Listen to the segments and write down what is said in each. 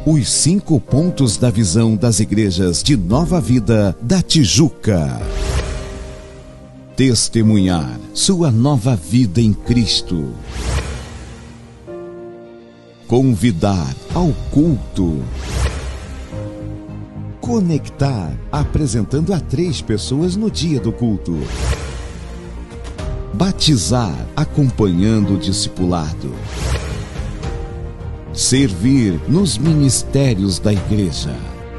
Os 5 pontos da visão das igrejas de Nova Vida da Tijuca. Testemunhar sua nova vida em Cristo. Convidar ao culto. Conectar, apresentando a 3 pessoas no dia do culto. Batizar, acompanhando o discipulado. Servir nos ministérios da igreja.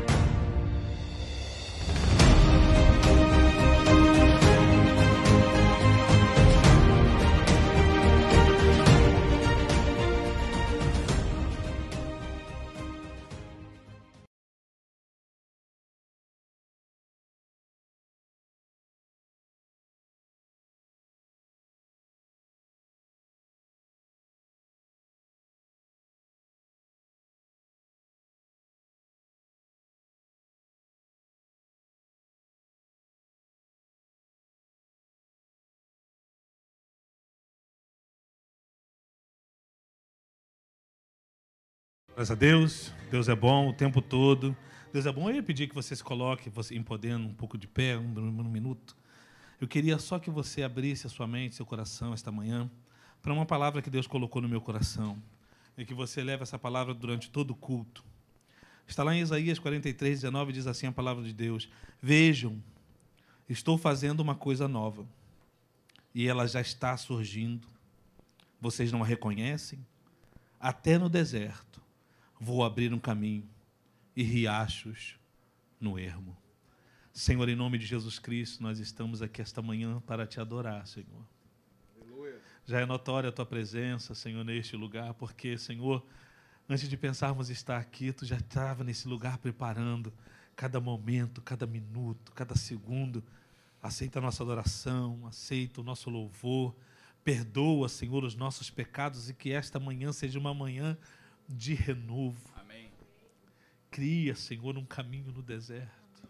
Graças a Deus, Deus é bom o tempo todo. Deus é bom. Eu ia pedir que você se coloque, você empodendo um pouco de pé, um minuto. Eu queria só que você abrisse a sua mente, seu coração, esta manhã, para uma palavra que Deus colocou no meu coração. E que você leve essa palavra durante todo o culto. Está lá em Isaías 43, 19, diz assim a palavra de Deus: Vejam, estou fazendo uma coisa nova, e ela já está surgindo. Vocês não a reconhecem? Até no deserto vou abrir um caminho e riachos no ermo. Senhor, em nome de Jesus Cristo, nós estamos aqui esta manhã para te adorar, Senhor. Aleluia. Já é notória a tua presença, Senhor, neste lugar, porque, Senhor, antes de pensarmos estar aqui, tu já estava nesse lugar preparando cada momento, cada minuto, cada segundo. Aceita a nossa adoração, aceita o nosso louvor. Perdoa, Senhor, os nossos pecados e que esta manhã seja uma manhã de renovo. Amém. Cria, Senhor, um caminho no deserto.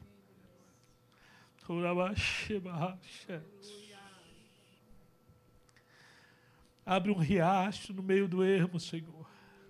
Abre um riacho no meio do ermo, Senhor.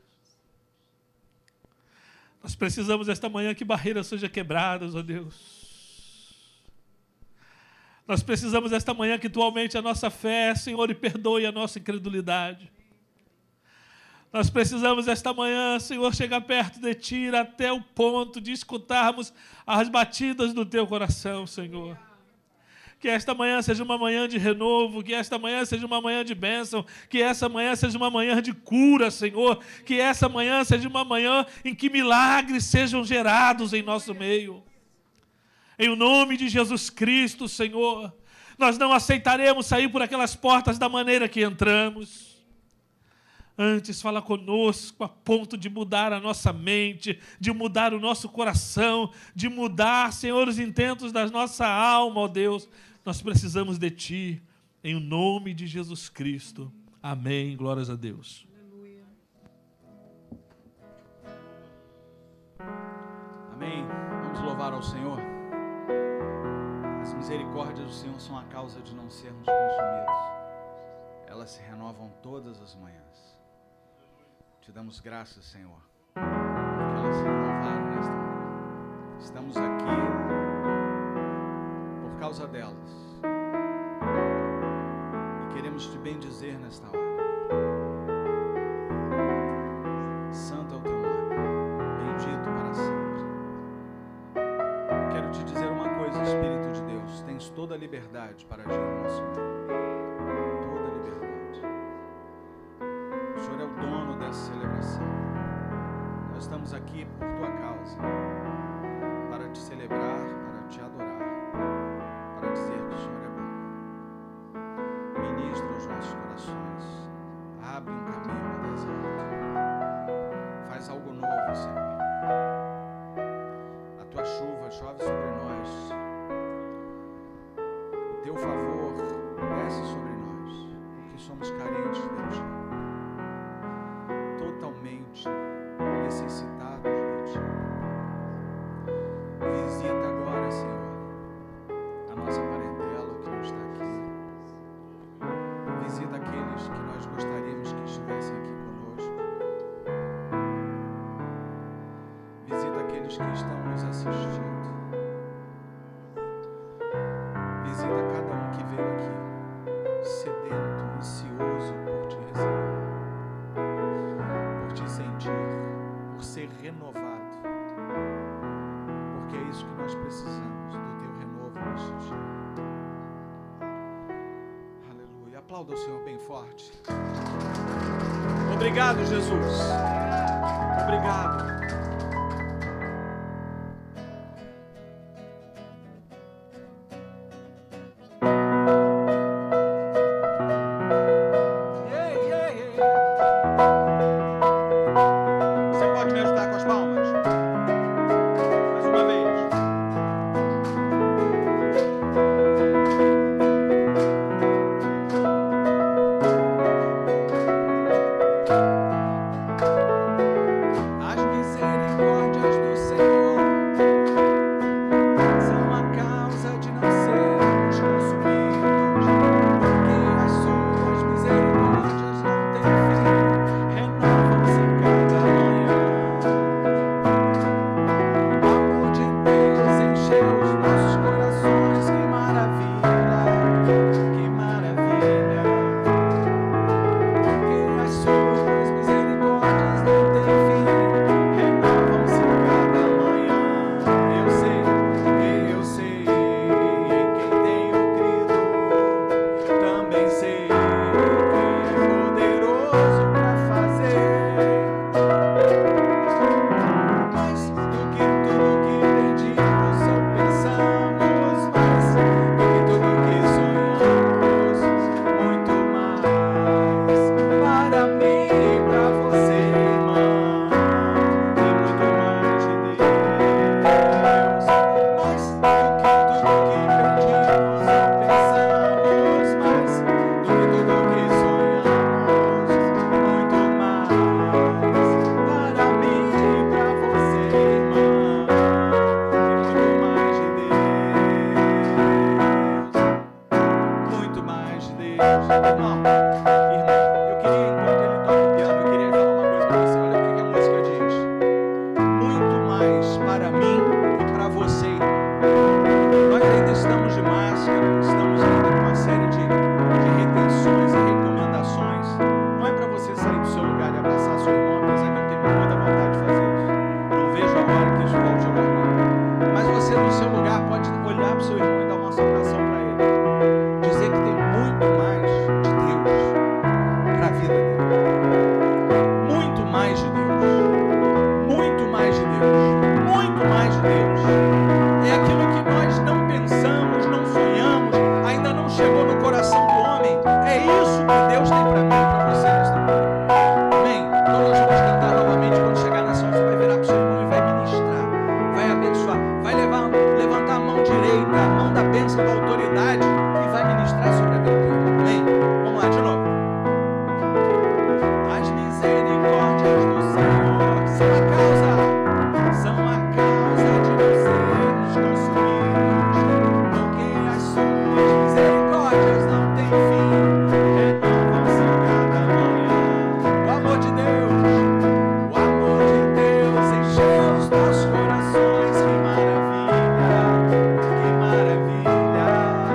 Nós precisamos esta manhã que barreiras sejam quebradas, ó Deus. Nós precisamos esta manhã que tu aumente a nossa fé, Senhor, e perdoe a nossa incredulidade. Nós precisamos esta manhã, Senhor, chegar perto de ti, ir até o ponto de escutarmos as batidas do teu coração, Senhor. Que esta manhã seja uma manhã de renovo, que esta manhã seja uma manhã de bênção, que essa manhã seja uma manhã de cura, Senhor. Que essa manhã seja uma manhã em que milagres sejam gerados em nosso meio. Em o nome de Jesus Cristo, Senhor, nós não aceitaremos sair por aquelas portas da maneira que entramos. Antes, fala conosco a ponto de mudar a nossa mente, de mudar o nosso coração, de mudar, Senhor, os intentos da nossa alma, ó Deus. Nós precisamos de Ti, em o nome de Jesus Cristo. Amém. Glórias a Deus. Aleluia. Amém. Vamos louvar ao Senhor. As misericórdias do Senhor são a causa de não sermos consumidos. Elas se renovam todas as manhãs. Te damos graças, Senhor, porque elas se renovaram nesta manhã. Estamos aqui por causa delas. E queremos te bendizer nesta hora. Santo é o teu nome, bendito para sempre. Quero te dizer uma coisa, Espírito de Deus, tens toda a liberdade para agir no nosso meio. Toda a liberdade. O Senhor é o dono dessa celebração. Nós estamos aqui por tua causa, para te celebrar, para te adorar, para dizer que o Senhor é bom. Ministra os nossos corações, abre um caminho no deserto, faz algo novo, Senhor. A tua chuva chove sobre nós, o teu favor desce sobre nós, porque somos carentes de ti, totalmente necessitados de ti. Visita agora, Senhor, a nossa parentela que não está aqui. Visita aqueles que nós gostaríamos que estivessem aqui conosco. nos assistindo. Visita cada um que veio aqui, sedento, ansioso por te receber, por te sentir, por ser renovado, porque é isso que nós precisamos, do teu renovo neste dia. Aleluia. Aplauda o Senhor bem forte. Obrigado, Jesus. Obrigado. Você pode me ajudar com as palmas? Mais uma vez. As misericórdias do Senhor são a causa de não sermos consumidos, porque as suas misericórdias não têm fim, renovam-se cada manhã. O amor de Deus encheu os nossos corações, que maravilha, que maravilha. Porque as suas misericórdias não têm fim, renovam-se cada manhã. Eu sei em quem tenho crido, também sei que é poderoso para fazer mais do que tudo que pedimos ou pensamos, mais do que tudo que sonhamos, muito mais para mim e para você, irmã, e muito mais de Deus, mais do que tudo que pedimos ou pensamos, mais do que tudo que sonhamos, muito mais para mim e para você, irmã, e muito mais de Deus, muito mais de Deus. Irmão, eu queria, enquanto ele toca o piano, eu queria falar uma coisa para você. Olha o que a música diz: muito mais para mim e para você, irmão. Nós ainda estamos de máscara, estamos ainda com uma série de retenções e recomendações. Não é para você sair do seu lugar e abraçar seu irmão, apesar que eu tenho muita vontade de fazer isso. Não vejo a hora que isso volte ao normal. Mas você, no seu lugar, pode olhar para o seu irmão e dar uma saudação para ele. Dizer que tem muito mais de Deus para a vida dele. Muito mais de Deus. Muito mais de Deus. Muito mais de Deus. É aquilo que nós não pensamos, não sonhamos, ainda não chegou no coração do homem. É isso que Deus tem para mim e para você nesta manhã. Amém? Então nós vamos cantar novamente. Quando chegar na sala, você vai virar para o seu irmão e vai ministrar, vai abençoar, vai levantar a mão direita, a mão da bênção, da autoridade, e vai ministrar sobre a vida do irmão. Amém? Vamos lá de novo. As misericórdias do Senhor são a causa de não sermos consumidos, porque as suas misericórdias não têm fim, renovam-se cada manhã. O amor de Deus encheu os nossos corações, que maravilha, que maravilha.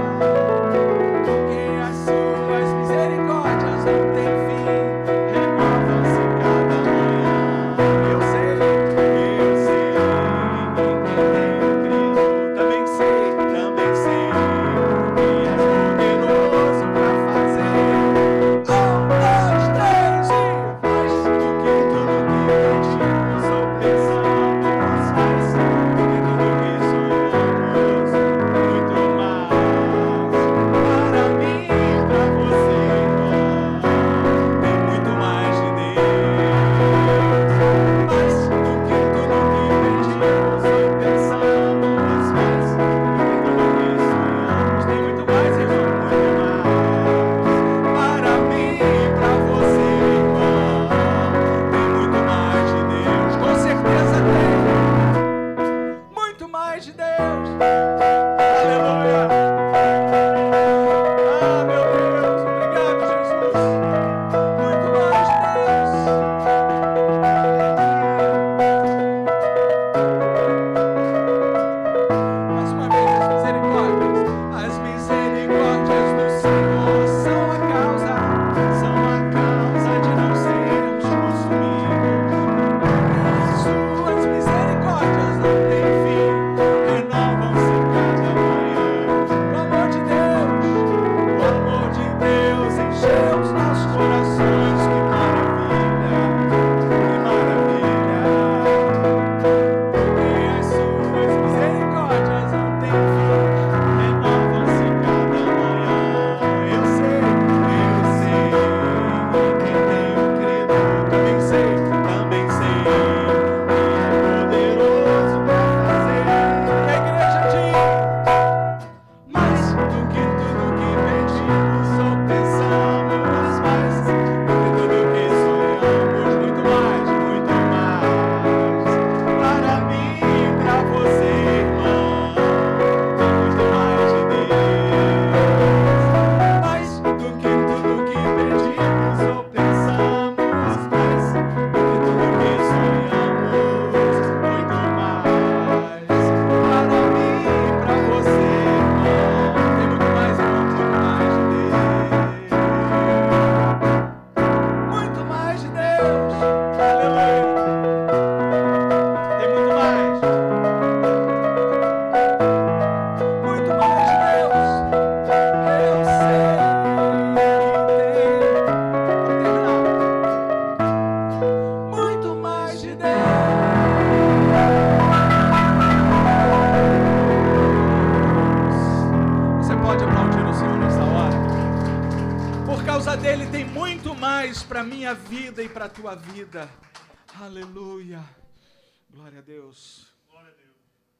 Ele tem muito mais para minha vida e para a tua vida. Aleluia. Glória a Deus. Glória a Deus.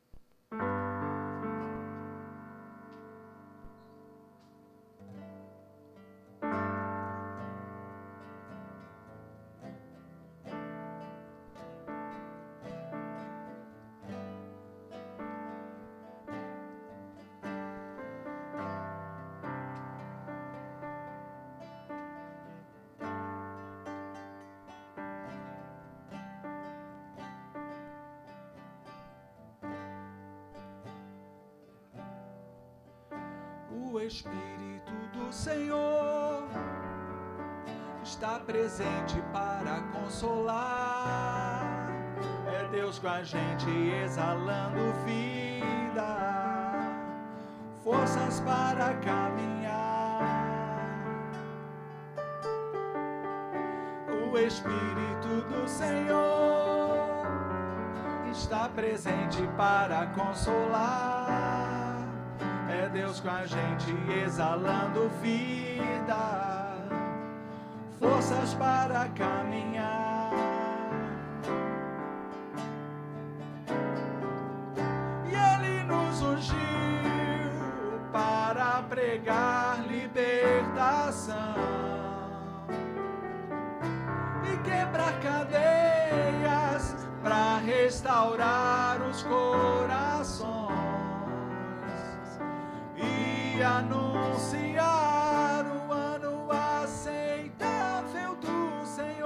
O Espírito do Senhor está presente para consolar. É Deus com a gente exalando vida, forças para caminhar. O Espírito do Senhor está presente para consolar. É Deus com a gente exalando vida, forças para caminhar. E Ele nos ungiu para pregar libertação e quebrar cadeias, para restaurar os corações e anunciar o ano aceitável do Senhor,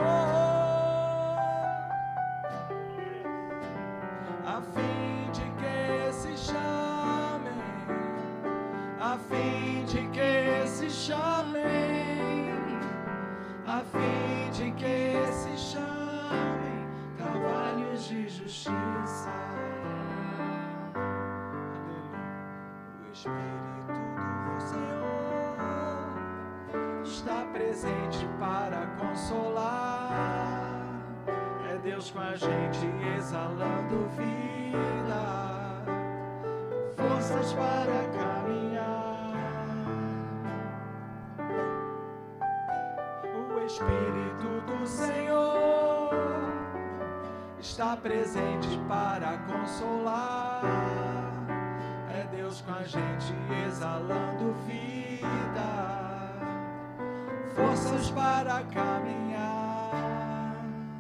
a fim de que se chamem, a fim de que se chamem, a fim de que se chamem cavalos de justiça. O Espírito do Senhor está presente para consolar. É Deus com a gente exalando vida, forças para caminhar. O Espírito do Senhor está presente para consolar. É Deus com a gente exalando vida, forças para caminhar.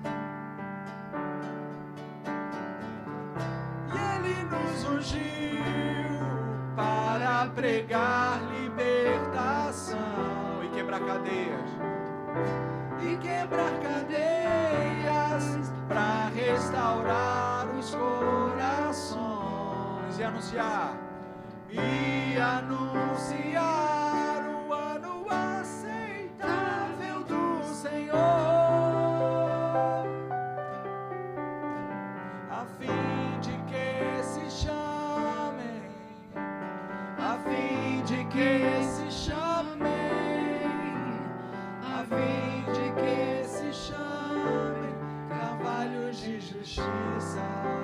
E Ele nos ungiu para pregar libertação e quebrar cadeias, e quebrar cadeias, para restaurar os corações e anunciar o ano aceitável do Senhor, a fim de que se chamem, a fim de que se chamem, a fim de que se chamem cavalos de justiça,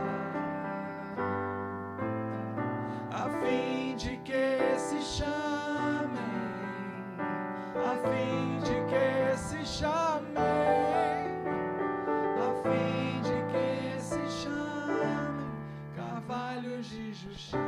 a fim de que se chamem, a fim de que se chamem, a fim de que se chamem cavalos de justiça.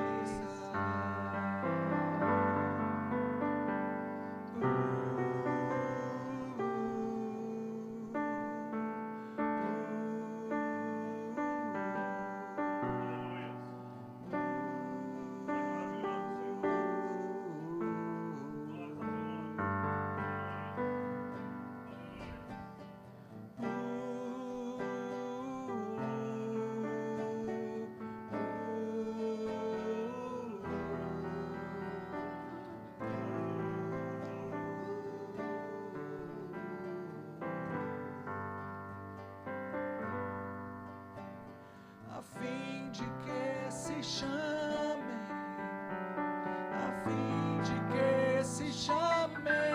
A fim de que se chamem, a fim de que se chamem,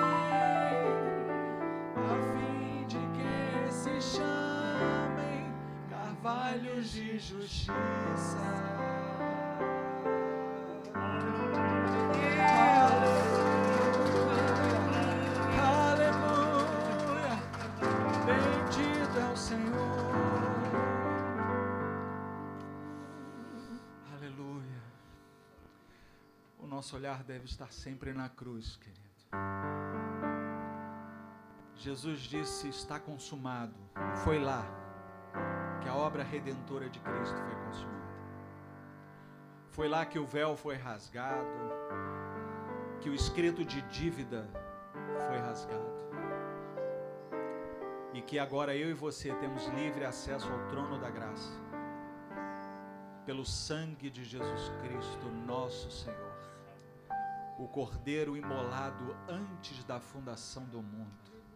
a fim de que se chamem carvalhos de justiça. Aleluia, aleluia. nosso olhar deve estar sempre na cruz, querido. Jesus disse: está consumado. Foi lá que a obra redentora de Cristo foi consumada. Foi lá que o véu foi rasgado, que o escrito de dívida foi rasgado, e que agora eu e você temos livre acesso ao trono da graça, pelo sangue de Jesus Cristo, nosso Senhor, o Cordeiro imolado antes da fundação do mundo.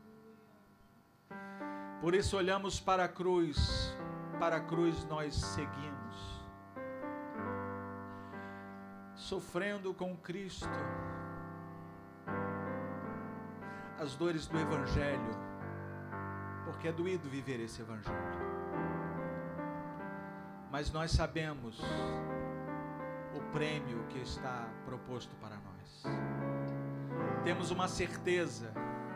Por isso olhamos para a cruz nós seguimos, sofrendo com Cristo as dores do Evangelho, porque é doído viver esse Evangelho. Mas nós sabemos o prêmio que está proposto para nós. Temos uma certeza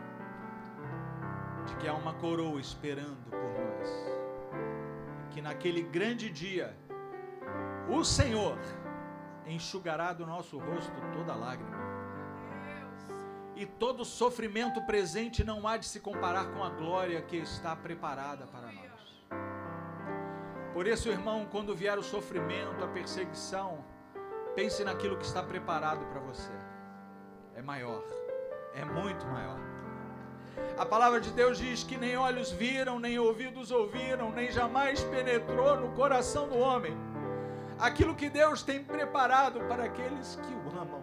de que há uma coroa esperando por nós. Que naquele grande dia, o Senhor enxugará do nosso rosto toda lágrima. E todo sofrimento presente não há de se comparar com a glória que está preparada para nós. Por isso, irmão, quando vier o sofrimento, a perseguição, pense naquilo que está preparado para você. É maior, é muito maior. A palavra de Deus diz que nem olhos viram, nem ouvidos ouviram, nem jamais penetrou no coração do homem aquilo que Deus tem preparado para aqueles que o amam.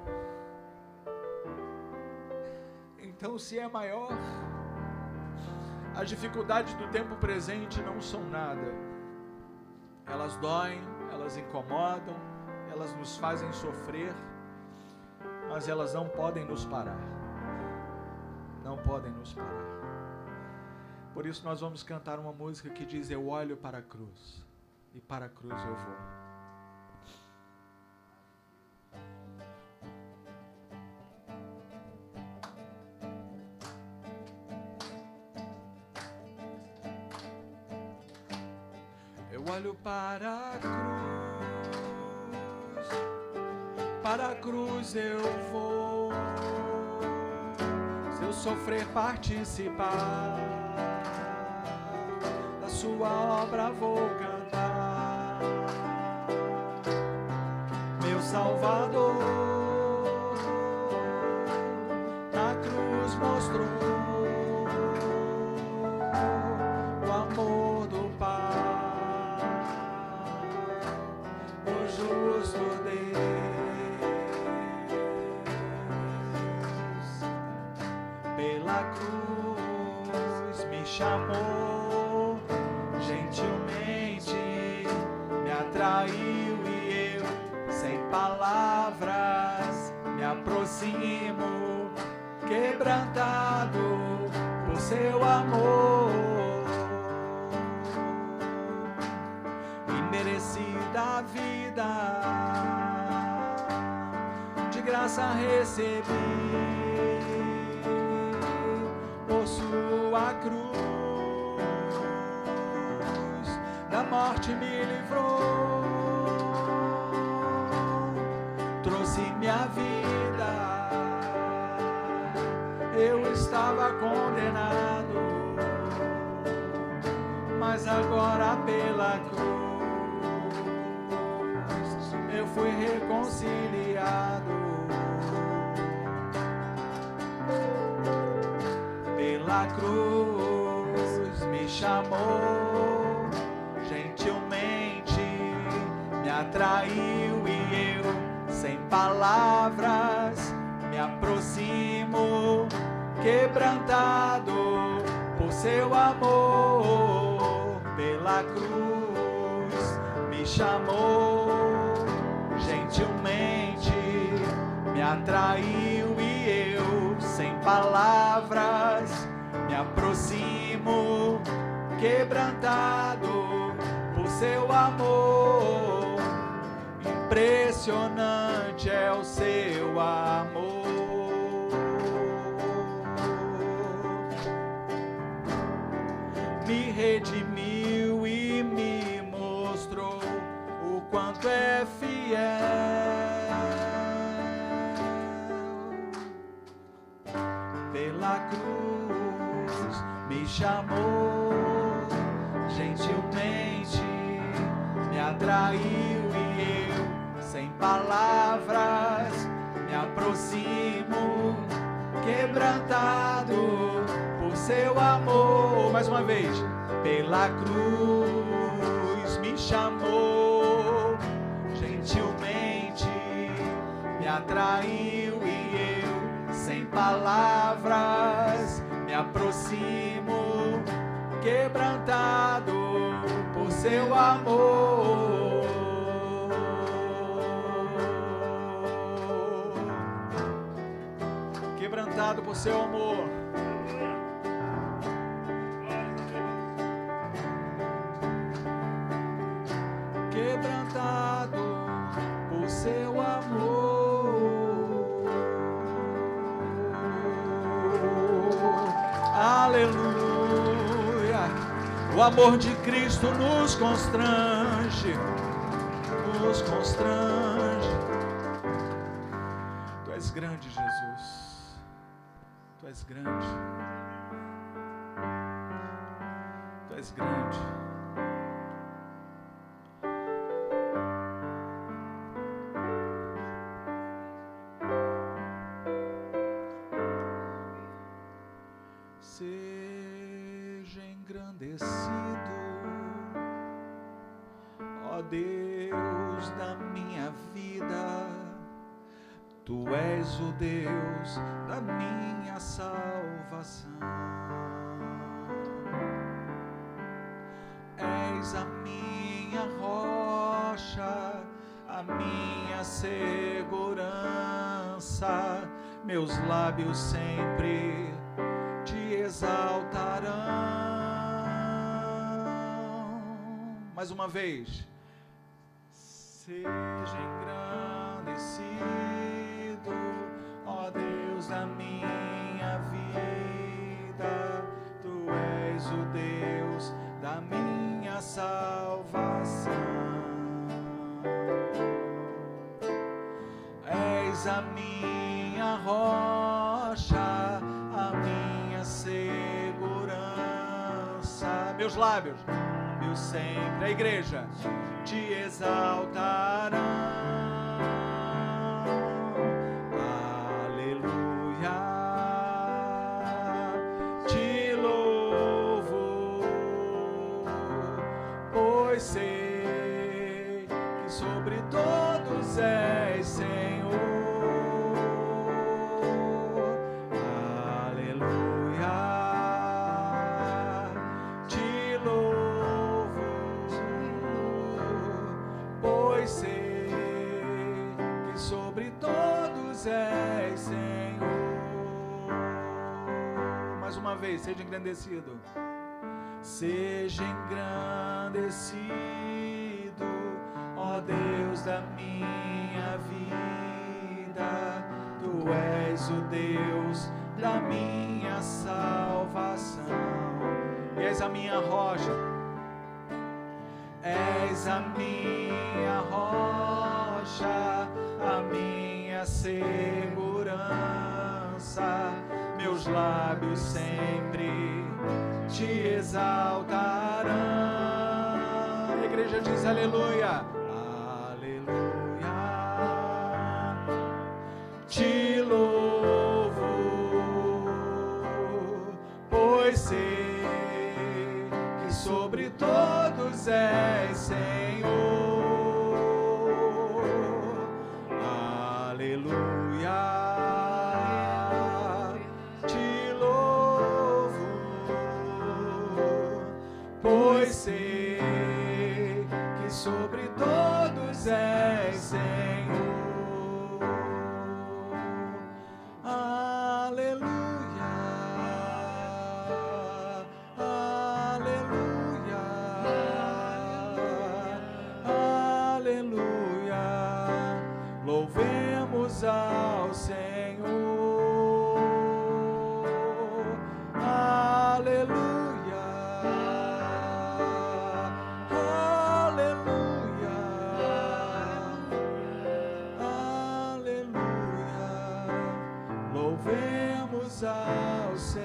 Então, se é maior, as dificuldades do tempo presente não são nada. Elas doem, elas incomodam, elas nos fazem sofrer, mas elas não podem nos parar. Não podem nos parar. Por isso nós vamos cantar uma música que diz: eu olho para a cruz, e para a cruz eu vou. Eu olho para a cruz eu vou. Se eu sofrer, participar da sua obra, vou cantar. Meu Salvador na cruz mostrou o amor do Pai, o justo Deus. Pela cruz me chamou, gentilmente me atraiu, e eu, sem palavras, me aproximo, quebrantado por seu amor. Imerecida a vida, de graça recebi. Por sua cruz, da morte me livrou, trouxe minha vida. Eu estava condenado, mas agora pela cruz eu fui reconciliado. Pela cruz me chamou, gentilmente me atraiu, e eu, sem palavras, me aproximo, quebrantado por seu amor. Pela cruz me chamou, gentilmente me atraiu, e eu, sem palavras, me aproximo, quebrantado por seu amor. Impressionante é o seu amor. Me redimiu e me mostrou o quanto é fiel. cruz me chamou, gentilmente me atraiu e eu, sem palavras, me aproximo, quebrantado por seu amor. Mais uma vez, pela cruz me chamou, gentilmente me atraiu e eu, sem palavras, me aproximo, quebrantado por seu amor. Quebrantado por seu amor. Quebrantado por seu amor. Aleluia. O amor de Cristo nos constrange, nos constrange. Tu és grande, Jesus. Tu és grande. Tu és grande. Seja engrandecido, ó Deus da minha vida. Tu és o Deus da minha salvação. És a minha rocha, a minha segurança. Meus lábios sempre te exaltarão. Mais uma vez. Seja engrandecido, ó Deus da minha vida. Tu és o Deus da minha salvação. És a minha rocha, a minha segurança. Meus lábios sempre, a igreja, te exaltarão. Aleluia, te louvo, pois sei que sobre todos és Senhor. És Senhor. Mais uma vez, seja engrandecido. Seja engrandecido, ó Deus da minha vida. Tu és o Deus da minha salvação. E és a minha rocha. És a minha rocha, a minha segurança. Meus lábios sempre te exaltarão. A igreja diz aleluia. Aleluia. Te louvo, pois sei que sobre todos és Senhor. Aleluia. Te louvo, pois sei que sobre todos és Senhor. Aleluia. Aleluia. Aleluia. Louvemos ao Senhor. Aleluia. Aleluia. Aleluia. Louvemos ao Senhor.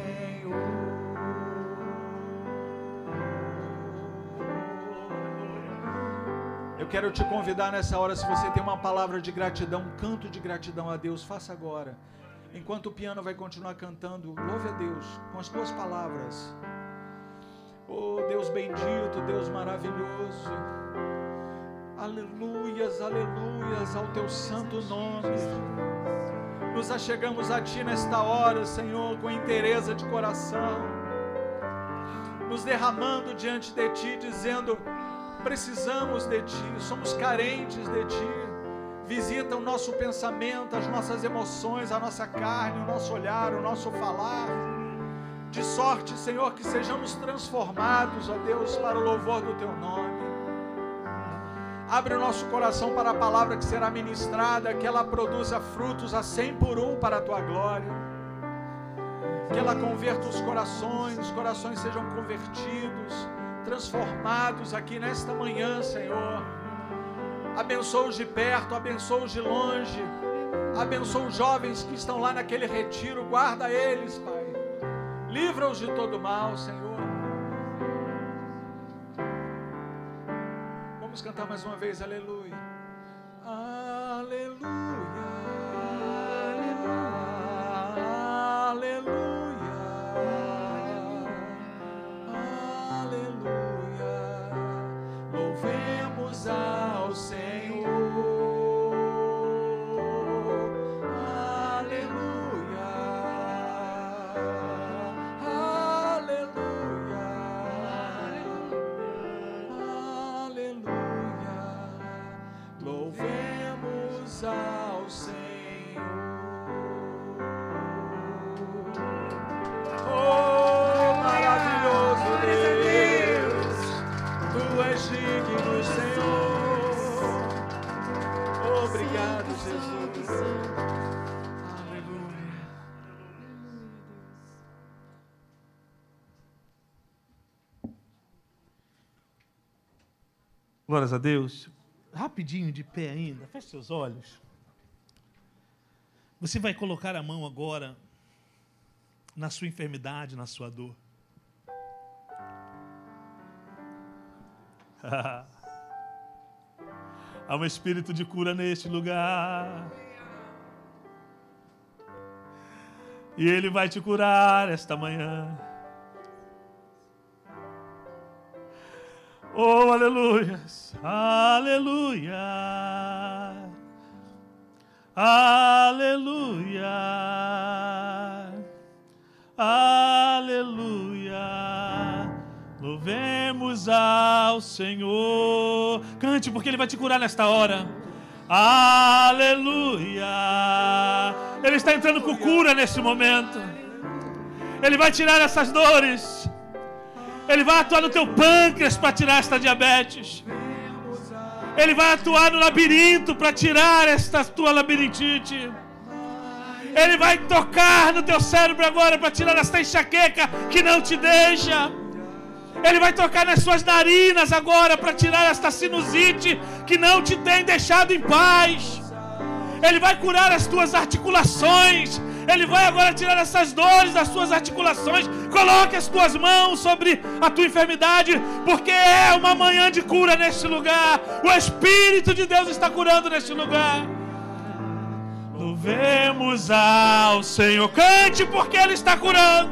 Eu quero te convidar nessa hora, se você tem uma palavra de gratidão, um canto de gratidão a Deus, faça agora. Enquanto o piano vai continuar cantando, louve a Deus com as tuas palavras. Oh, Deus bendito, Deus maravilhoso. Aleluias, aleluias ao teu santo nome. Nos achegamos a Ti nesta hora, Senhor, com inteireza de coração, nos derramando diante de Ti, dizendo: precisamos de Ti, somos carentes de Ti. Visita o nosso pensamento, as nossas emoções, a nossa carne, o nosso olhar, o nosso falar, de sorte, Senhor, que sejamos transformados, ó Deus, para o louvor do Teu nome. Abre o nosso coração para a palavra que será ministrada, que ela produza frutos a 100 por 1 para a Tua glória. Que ela converta os corações sejam convertidos, transformados aqui nesta manhã, Senhor. Abençoa os de perto, abençoa os de longe, abençoa os jovens que estão lá naquele retiro, guarda eles, Pai. Livra-os de todo mal, Senhor. Vamos cantar mais uma vez, aleluia. Aleluia, aleluia, aleluia. Louvemos ao Senhor. Ao Senhor. Oh, maravilhoso Deus, Tu és digno, Senhor. Obrigado, Jesus. Aleluia. Glórias a Deus. Rapidinho, de pé ainda, feche seus olhos. Você vai colocar a mão agora na sua enfermidade, na sua dor. Há um espírito de cura neste lugar. E Ele vai te curar esta manhã. Oh, aleluias, aleluia, aleluia, aleluia. Louvemos ao Senhor. Cante, porque Ele vai te curar nesta hora. Aleluia. Ele está entrando com cura nesse momento. Ele vai tirar essas dores. Ele vai atuar no teu pâncreas para tirar esta diabetes. Ele vai atuar no labirinto para tirar esta tua labirintite. Ele vai tocar no teu cérebro agora para tirar esta enxaqueca que não te deixa. Ele vai tocar nas suas narinas agora para tirar esta sinusite que não te tem deixado em paz. Ele vai curar as tuas articulações. Ele vai agora tirar essas dores das suas articulações. Coloque as tuas mãos sobre a tua enfermidade, porque é uma manhã de cura neste lugar. O Espírito de Deus está curando neste lugar. Louvemos ao Senhor. Cante, porque Ele está curando.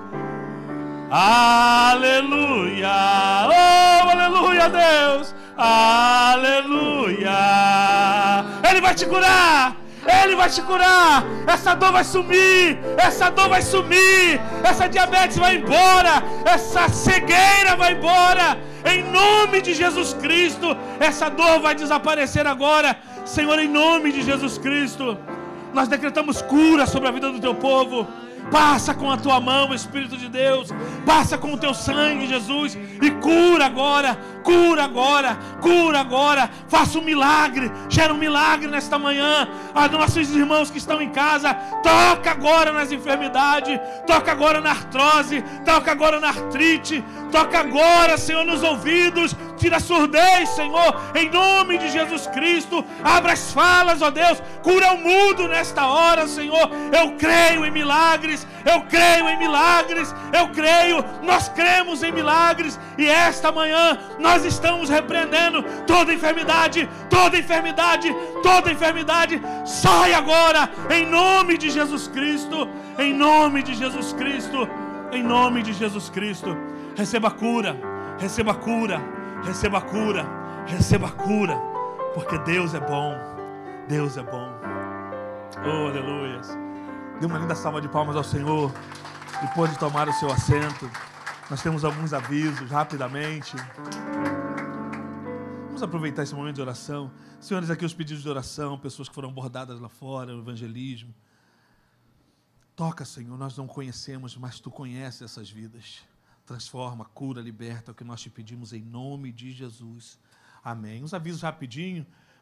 Aleluia. Oh, aleluia, Deus. Aleluia. Ele vai te curar. Ele vai te curar. Essa dor vai sumir. Essa dor vai sumir. Essa diabetes vai embora. Essa cegueira vai embora. Em nome de Jesus Cristo. Essa dor vai desaparecer agora. Senhor, em nome de Jesus Cristo, nós decretamos cura sobre a vida do teu povo. Passa com a tua mão, Espírito de Deus. Passa com o teu sangue, Jesus. E cura agora, cura agora, cura agora. Faça um milagre, gera um milagre nesta manhã. A nossos irmãos que estão em casa, toca agora nas enfermidades. Toca agora na artrose, toca agora na artrite. Toca agora, Senhor, nos ouvidos. tira a surdez, Senhor, em nome de Jesus Cristo. Abra as falas, ó Deus, cura o mudo nesta hora, Senhor. Eu creio em milagres, eu creio em milagres, eu creio, nós cremos em milagres, e esta manhã nós estamos repreendendo toda enfermidade, toda enfermidade, toda enfermidade. Sai agora, em nome de Jesus Cristo, em nome de Jesus Cristo, em nome de Jesus Cristo. Receba cura, receba cura, receba cura, receba cura, porque Deus é bom, Deus é bom. Oh, aleluia. Dê uma linda salva de palmas ao Senhor, depois de tomar o seu assento. Nós temos alguns avisos, rapidamente. Vamos aproveitar esse momento de oração. Senhores, aqui os pedidos de oração, pessoas que foram abordadas lá fora, o evangelismo. Toca, Senhor, nós não conhecemos, mas Tu conheces essas vidas. Transforma, cura, liberta, é o que nós te pedimos em nome de Jesus. Amém. Uns avisos rapidinho.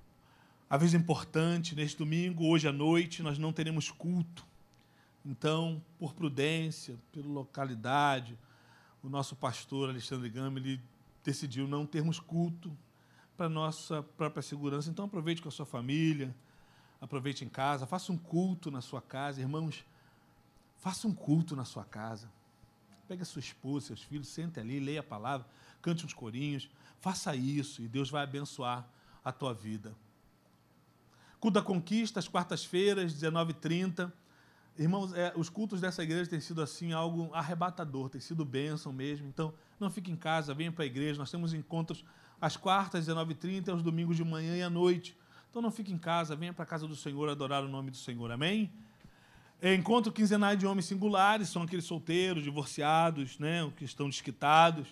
Aviso importante, neste domingo, hoje à noite, nós não teremos culto. Então, por prudência, pela localidade, o nosso pastor Alexandre Gama, ele decidiu não termos culto para a nossa própria segurança. Então, aproveite com a sua família, aproveite em casa, faça um culto na sua casa. Irmãos, faça um culto na sua casa. Pegue a sua esposa, seus filhos, sente ali, leia a palavra, cante uns corinhos. Faça isso e Deus vai abençoar a tua vida. Culto da Conquista, às quartas-feiras, 19h30. Irmãos, os cultos dessa igreja têm sido assim algo arrebatador, tem sido bênção mesmo. Então, não fique em casa, venha para a igreja. Nós temos encontros às quartas, 19h30, aos domingos de manhã e à noite. Então, não fique em casa, venha para a casa do Senhor adorar o nome do Senhor. Amém? Encontro quinzenais de homens singulares, são aqueles solteiros, divorciados, né, que estão desquitados.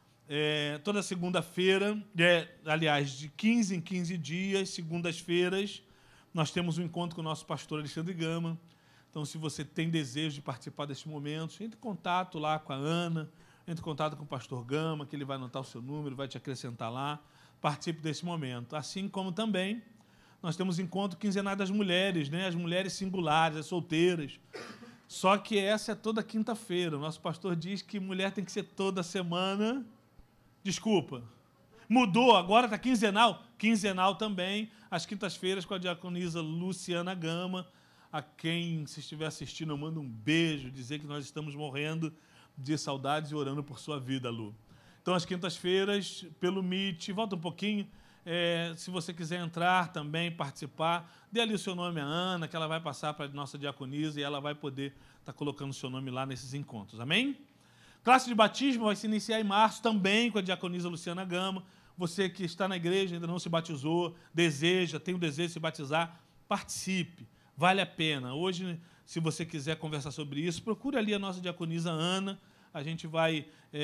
Toda segunda-feira, aliás, de 15 em 15 dias, segundas-feiras, nós temos um encontro com o nosso pastor Alexandre Gama. Então, se você tem desejo de participar desses momentos, entre em contato lá com a Ana, entre em contato com o pastor Gama, que ele vai anotar o seu número, vai te acrescentar lá. Participe desse momento. Assim como também nós temos encontro quinzenal das mulheres, né? As mulheres singulares, as solteiras. Só que essa é toda quinta-feira. O nosso pastor diz que mulher tem que ser toda semana. Desculpa. Mudou, agora está quinzenal. Quinzenal também, às quintas-feiras, com a diaconisa Luciana Gama, a quem, se estiver assistindo, eu mando um beijo, dizer que nós estamos morrendo de saudades e orando por sua vida, Lu. Então, às quintas-feiras, pelo Meet, volta um pouquinho. Se você quiser entrar também, participar, dê ali o seu nome à Ana, que ela vai passar para a nossa diaconisa e ela vai poder estar colocando o seu nome lá nesses encontros. Amém? Classe de batismo vai se iniciar em março também com a diaconisa Luciana Gama. Você que está na igreja, ainda não se batizou, tem o desejo de se batizar, participe, vale a pena. Hoje, se você quiser conversar sobre isso, procure ali a nossa diaconisa Ana, a gente vai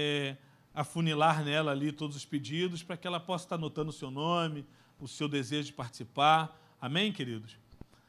afunilar nela ali todos os pedidos para que ela possa estar anotando o seu nome, o seu desejo de participar. Amém, queridos?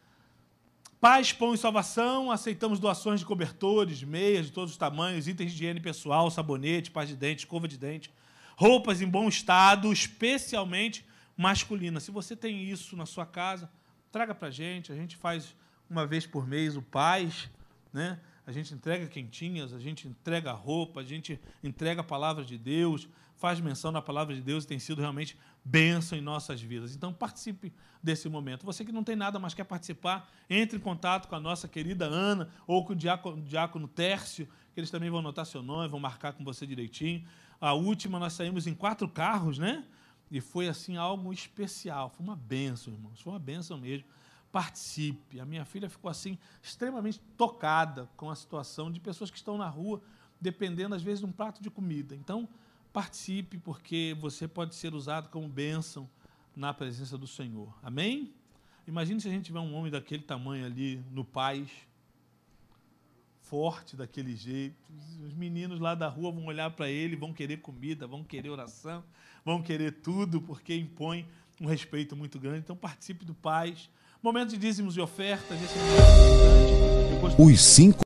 Paz, Pão e Salvação, aceitamos doações de cobertores, meias de todos os tamanhos, itens de higiene pessoal, sabonete, pasta de dente, escova de dente, roupas em bom estado, especialmente masculina. Se você tem isso na sua casa, traga para a gente faz uma vez por mês o Paz, né? A gente entrega quentinhas, a gente entrega roupa, a gente entrega a palavra de Deus, faz menção na palavra de Deus e tem sido realmente bênção em nossas vidas. Então, participe desse momento. Você que não tem nada, mas quer participar, entre em contato com a nossa querida Ana ou com o diácono Tércio, que eles também vão anotar seu nome, vão marcar com você direitinho. A última, nós saímos em 4 carros, né? E foi, assim, algo especial. Foi uma bênção, irmãos. Foi uma bênção mesmo. Participe. A minha filha ficou, assim, extremamente tocada com a situação de pessoas que estão na rua, dependendo, às vezes, de um prato de comida. Então, participe, porque você pode ser usado como bênção na presença do Senhor. Amém? Imagine se a gente tiver um homem daquele tamanho ali no Paz, forte daquele jeito. Os meninos lá da rua vão olhar para ele, vão querer comida, vão querer oração, vão querer tudo, porque impõe um respeito muito grande. Então, participe do Paz. Momento de dízimos e ofertas. Esse é importante. Os 5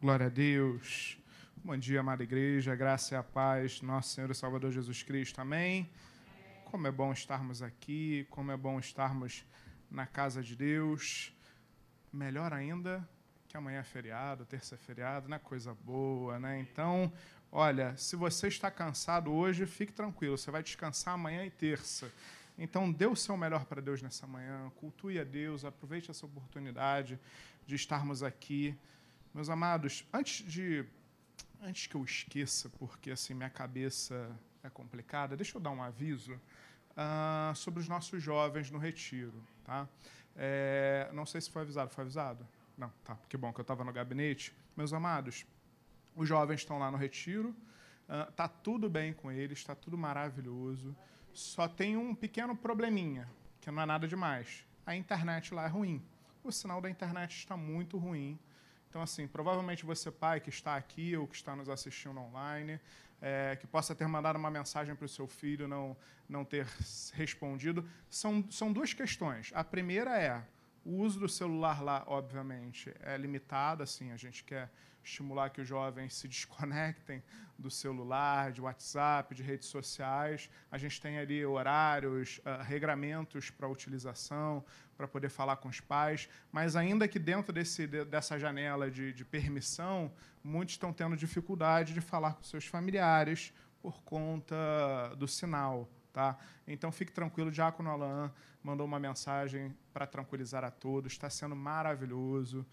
Glória a Deus. Bom dia, amada igreja. Graça e a paz, nosso Senhor e Salvador Jesus Cristo. Amém? Como é bom estarmos aqui, como é bom estarmos na casa de Deus. Melhor ainda que amanhã é feriado, terça é feriado, né? Coisa boa, né? Então, olha, se você está cansado hoje, fique tranquilo, você vai descansar amanhã e terça. Então, dê o seu melhor para Deus nessa manhã, cultue a Deus, aproveite essa oportunidade de estarmos aqui. Meus amados, antes que eu esqueça, porque assim minha cabeça é complicada, deixa eu dar um aviso sobre os nossos jovens no retiro, tá? Não sei se foi avisado. Foi avisado? Não, tá. Que bom que eu estava no gabinete. Meus amados, os jovens estão lá no retiro, tá tudo bem com eles, está tudo maravilhoso. Só tem um pequeno probleminha, que não é nada demais. A internet lá é ruim. O sinal da internet está muito ruim. Então, assim, provavelmente você, pai, que está aqui ou que está nos assistindo online, que possa ter mandado uma mensagem para o seu filho não ter respondido, são duas questões. A primeira é, o uso do celular lá, obviamente, é limitado, assim, a gente quer estimular que os jovens se desconectem do celular, de WhatsApp, de redes sociais. A gente tem ali horários, regramentos para utilização, para poder falar com os pais, mas ainda que dentro dessa janela de permissão, muitos estão tendo dificuldade de falar com seus familiares por conta do sinal. Tá? Então, fique tranquilo, o Diácono Alain mandou uma mensagem para tranquilizar a todos, está sendo maravilhoso.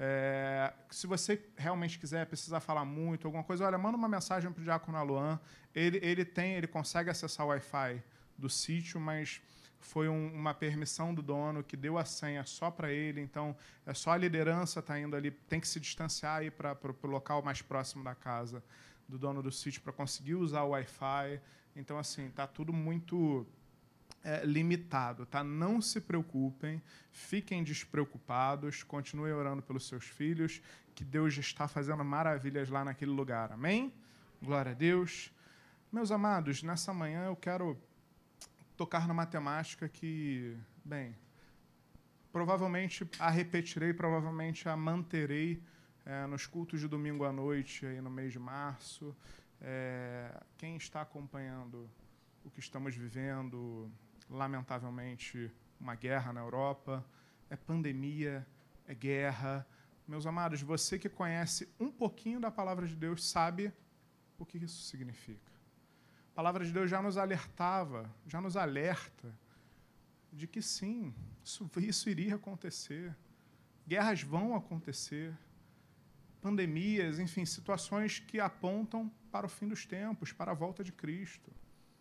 Se você realmente precisar falar muito, alguma coisa, olha, manda uma mensagem para o Diácono Alain. Ele consegue acessar o Wi-Fi do sítio, mas foi uma permissão do dono que deu a senha só para ele, então é só a liderança está indo ali, tem que se distanciar aí para o local mais próximo da casa do dono do sítio para conseguir usar o Wi-Fi. Então, assim, está tudo muito limitado, tá? Não se preocupem, fiquem despreocupados, continuem orando pelos seus filhos, que Deus está fazendo maravilhas lá naquele lugar. Amém? Glória a Deus. Meus amados, nessa manhã eu quero tocar numa temática que, bem, provavelmente a repetirei, provavelmente a manterei nos cultos de domingo à noite, aí no mês de março. Quem está acompanhando o que estamos vivendo, lamentavelmente, uma guerra na Europa, é pandemia, é guerra. Meus amados, você que conhece um pouquinho da palavra de Deus sabe o que isso significa. A palavra de Deus já nos alertava, já nos alerta de que sim, isso iria acontecer. Guerras vão acontecer. Pandemias, enfim, situações que apontam para o fim dos tempos, para a volta de Cristo.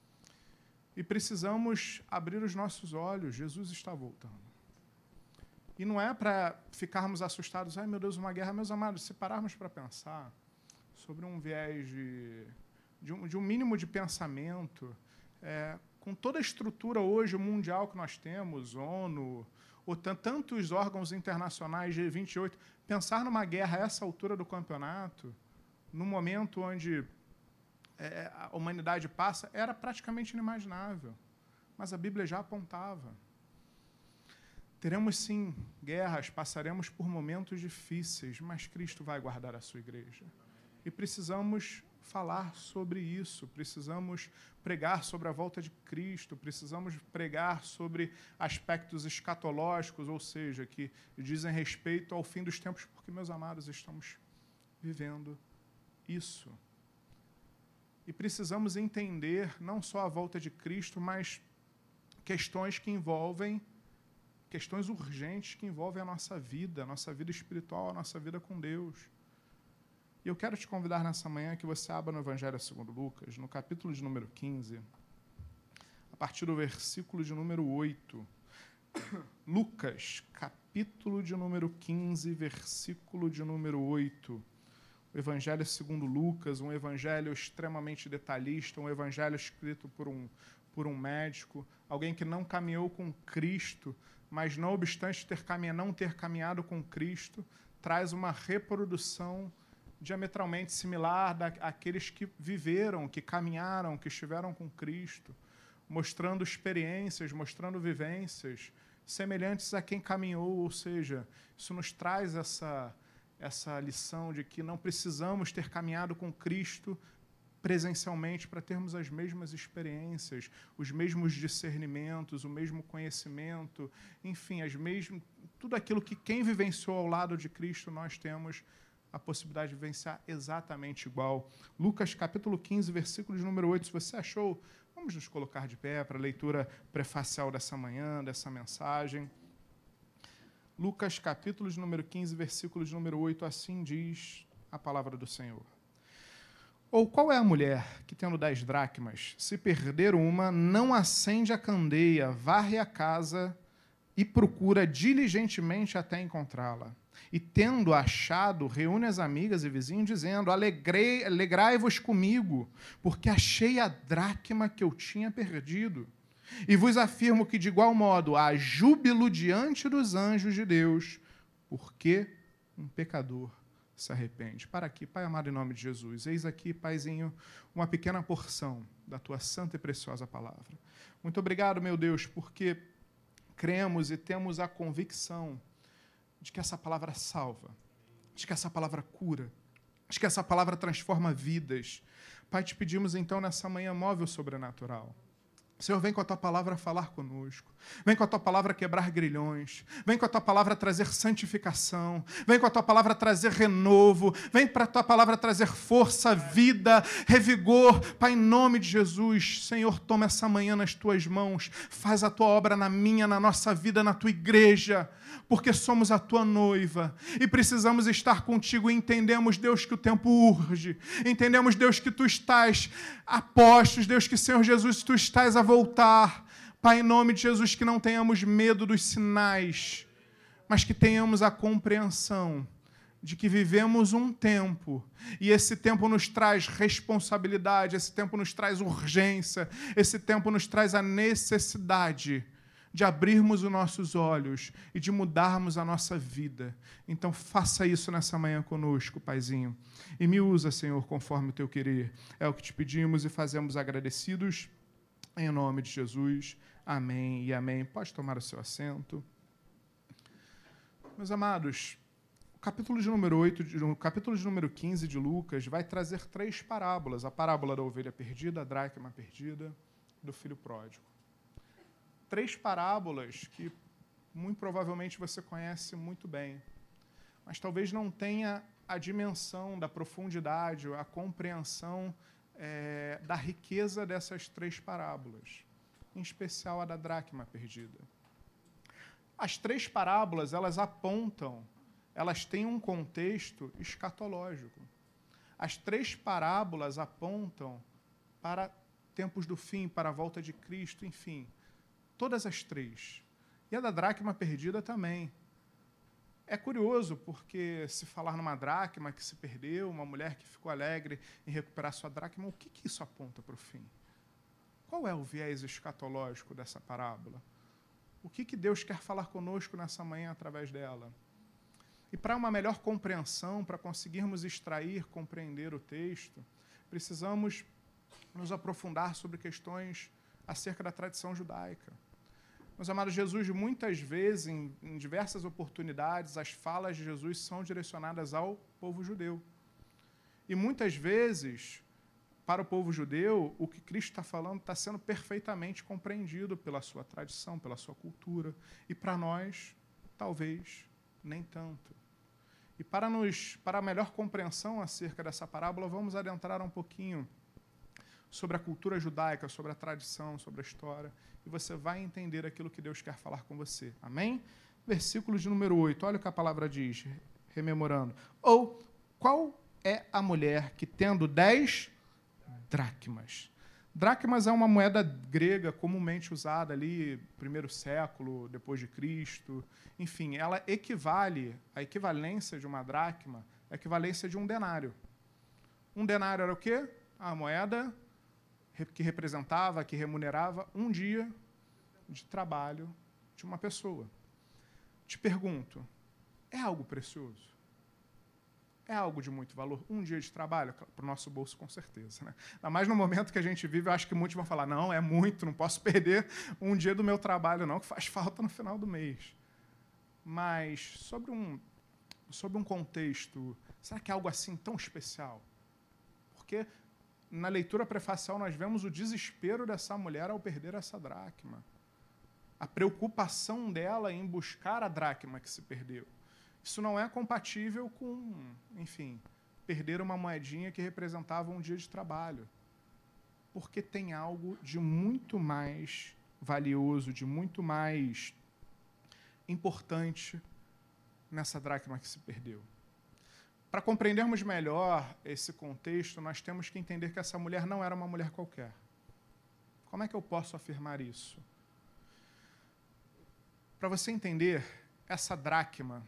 E precisamos abrir os nossos olhos, Jesus está voltando. E não é para ficarmos assustados, ai meu Deus, uma guerra. Meus amados, se pararmos para pensar sobre um viés de um mínimo de pensamento, com toda a estrutura hoje mundial que nós temos, ONU, ou tantos órgãos internacionais, G28, pensar numa guerra a essa altura do campeonato, num momento onde a humanidade passa, era praticamente inimaginável. Mas a Bíblia já apontava. Teremos, sim, guerras, passaremos por momentos difíceis, mas Cristo vai guardar a sua igreja. E precisamos falar sobre isso, precisamos pregar sobre a volta de Cristo, precisamos pregar sobre aspectos escatológicos, ou seja, que dizem respeito ao fim dos tempos, porque, meus amados, estamos vivendo isso. E precisamos entender não só a volta de Cristo, mas questões urgentes que envolvem a nossa vida espiritual, a nossa vida com Deus. E eu quero te convidar nessa manhã que você abra no Evangelho segundo Lucas, no capítulo de número 15, a partir do versículo de número 8. Lucas, capítulo de número 15, versículo de número 8. O Evangelho segundo Lucas, um evangelho extremamente detalhista, um evangelho escrito por um médico, alguém que não caminhou com Cristo, mas não obstante não ter caminhado com Cristo, traz uma reprodução diametralmente similar daqueles que viveram, que caminharam, que estiveram com Cristo, mostrando experiências, mostrando vivências semelhantes a quem caminhou, ou seja, isso nos traz essa lição de que não precisamos ter caminhado com Cristo presencialmente para termos as mesmas experiências, os mesmos discernimentos, o mesmo conhecimento, enfim, tudo aquilo que quem vivenciou ao lado de Cristo nós temos a possibilidade de vivenciar exatamente igual. Lucas capítulo 15, versículo de número 8, se você achou, vamos nos colocar de pé para a leitura prefacial dessa manhã, dessa mensagem. Lucas capítulo de número 15, versículo de número 8, assim diz a palavra do Senhor. Ou qual é a mulher que, tendo 10 dracmas, se perder uma, não acende a candeia, varre a casa e procura diligentemente até encontrá-la? E, tendo achado, reúne as amigas e vizinhos, dizendo: alegrai-vos comigo, porque achei a dracma que eu tinha perdido. E vos afirmo que, de igual modo, há júbilo diante dos anjos de Deus, porque um pecador se arrepende. Para aqui, Pai amado, em nome de Jesus, eis aqui, Paizinho, uma pequena porção da Tua santa e preciosa palavra. Muito obrigado, meu Deus, porque cremos e temos a convicção de que essa palavra salva, de que essa palavra cura, de que essa palavra transforma vidas. Pai, te pedimos então nessa manhã, move o sobrenatural. Senhor, vem com a Tua palavra falar conosco. Vem com a Tua palavra quebrar grilhões. Vem com a Tua palavra trazer santificação. Vem com a Tua palavra trazer renovo. Vem para a Tua palavra trazer força, vida, revigor. Pai, em nome de Jesus, Senhor, toma essa manhã nas Tuas mãos. Faz a Tua obra na minha, na nossa vida, na Tua igreja. Porque somos a Tua noiva. E precisamos estar contigo. E entendemos, Deus, que o tempo urge. Entendemos, Deus, que Tu estás a postos. Deus, que, Senhor Jesus, Tu estás a voltar. Pai, em nome de Jesus, que não tenhamos medo dos sinais, mas que tenhamos a compreensão de que vivemos um tempo, e esse tempo nos traz responsabilidade, esse tempo nos traz urgência, esse tempo nos traz a necessidade de abrirmos os nossos olhos e de mudarmos a nossa vida. Então, faça isso nessa manhã conosco, Paizinho, e me usa, Senhor, conforme o Teu querer. É o que te pedimos e fazemos agradecidos. Em nome de Jesus, amém e amém. Pode tomar o seu assento. Meus amados, o capítulo de número 15 de Lucas vai trazer 3 parábolas. A parábola da ovelha perdida, a dracma perdida, do filho pródigo. 3 parábolas que, muito provavelmente, você conhece muito bem, mas talvez não tenha a dimensão da profundidade, a compreensão da riqueza dessas 3 parábolas, em especial a da dracma perdida. As 3 parábolas, elas apontam, elas têm um contexto escatológico. As 3 parábolas apontam para tempos do fim, para a volta de Cristo, enfim, todas as 3. E a da dracma perdida também. É curioso, porque se falar numa dracma que se perdeu, uma mulher que ficou alegre em recuperar sua dracma, o que isso aponta para o fim? Qual é o viés escatológico dessa parábola? O que Deus quer falar conosco nessa manhã através dela? E para uma melhor compreensão, para conseguirmos extrair, compreender o texto, precisamos nos aprofundar sobre questões acerca da tradição judaica. Meus amados, Jesus, muitas vezes, em diversas oportunidades, as falas de Jesus são direcionadas ao povo judeu. E muitas vezes, para o povo judeu, o que Cristo está falando está sendo perfeitamente compreendido pela sua tradição, pela sua cultura. E para nós, talvez, nem tanto. E para a melhor compreensão acerca dessa parábola, vamos adentrar um pouquinho sobre a cultura judaica, sobre a tradição, sobre a história, e você vai entender aquilo que Deus quer falar com você. Amém? Versículo de número 8, olha o que a palavra diz, rememorando. Ou, qual é a mulher que, tendo 10 dracmas? Dracmas é uma moeda grega comumente usada ali, primeiro século, depois de Cristo. Enfim, ela equivale, a equivalência de uma dracma, a equivalência de um denário. Um denário era o quê? A moeda que representava, que remunerava um dia de trabalho de uma pessoa. Te pergunto, é algo precioso? É algo de muito valor? Um dia de trabalho? Para o nosso bolso, com certeza. Né? Ainda mais no momento que a gente vive, eu acho que muitos vão falar, não, é muito, não posso perder um dia do meu trabalho, não, que faz falta no final do mês. Mas, sobre sob um contexto, será que é algo assim tão especial? Porque na leitura prefacial nós vemos o desespero dessa mulher ao perder essa dracma. A preocupação dela em buscar a dracma que se perdeu. Isso não é compatível com, enfim, perder uma moedinha que representava um dia de trabalho. Porque tem algo de muito mais valioso, de muito mais importante nessa dracma que se perdeu. Para compreendermos melhor esse contexto, nós temos que entender que essa mulher não era uma mulher qualquer. Como é que eu posso afirmar isso? Para você entender, essa dracma,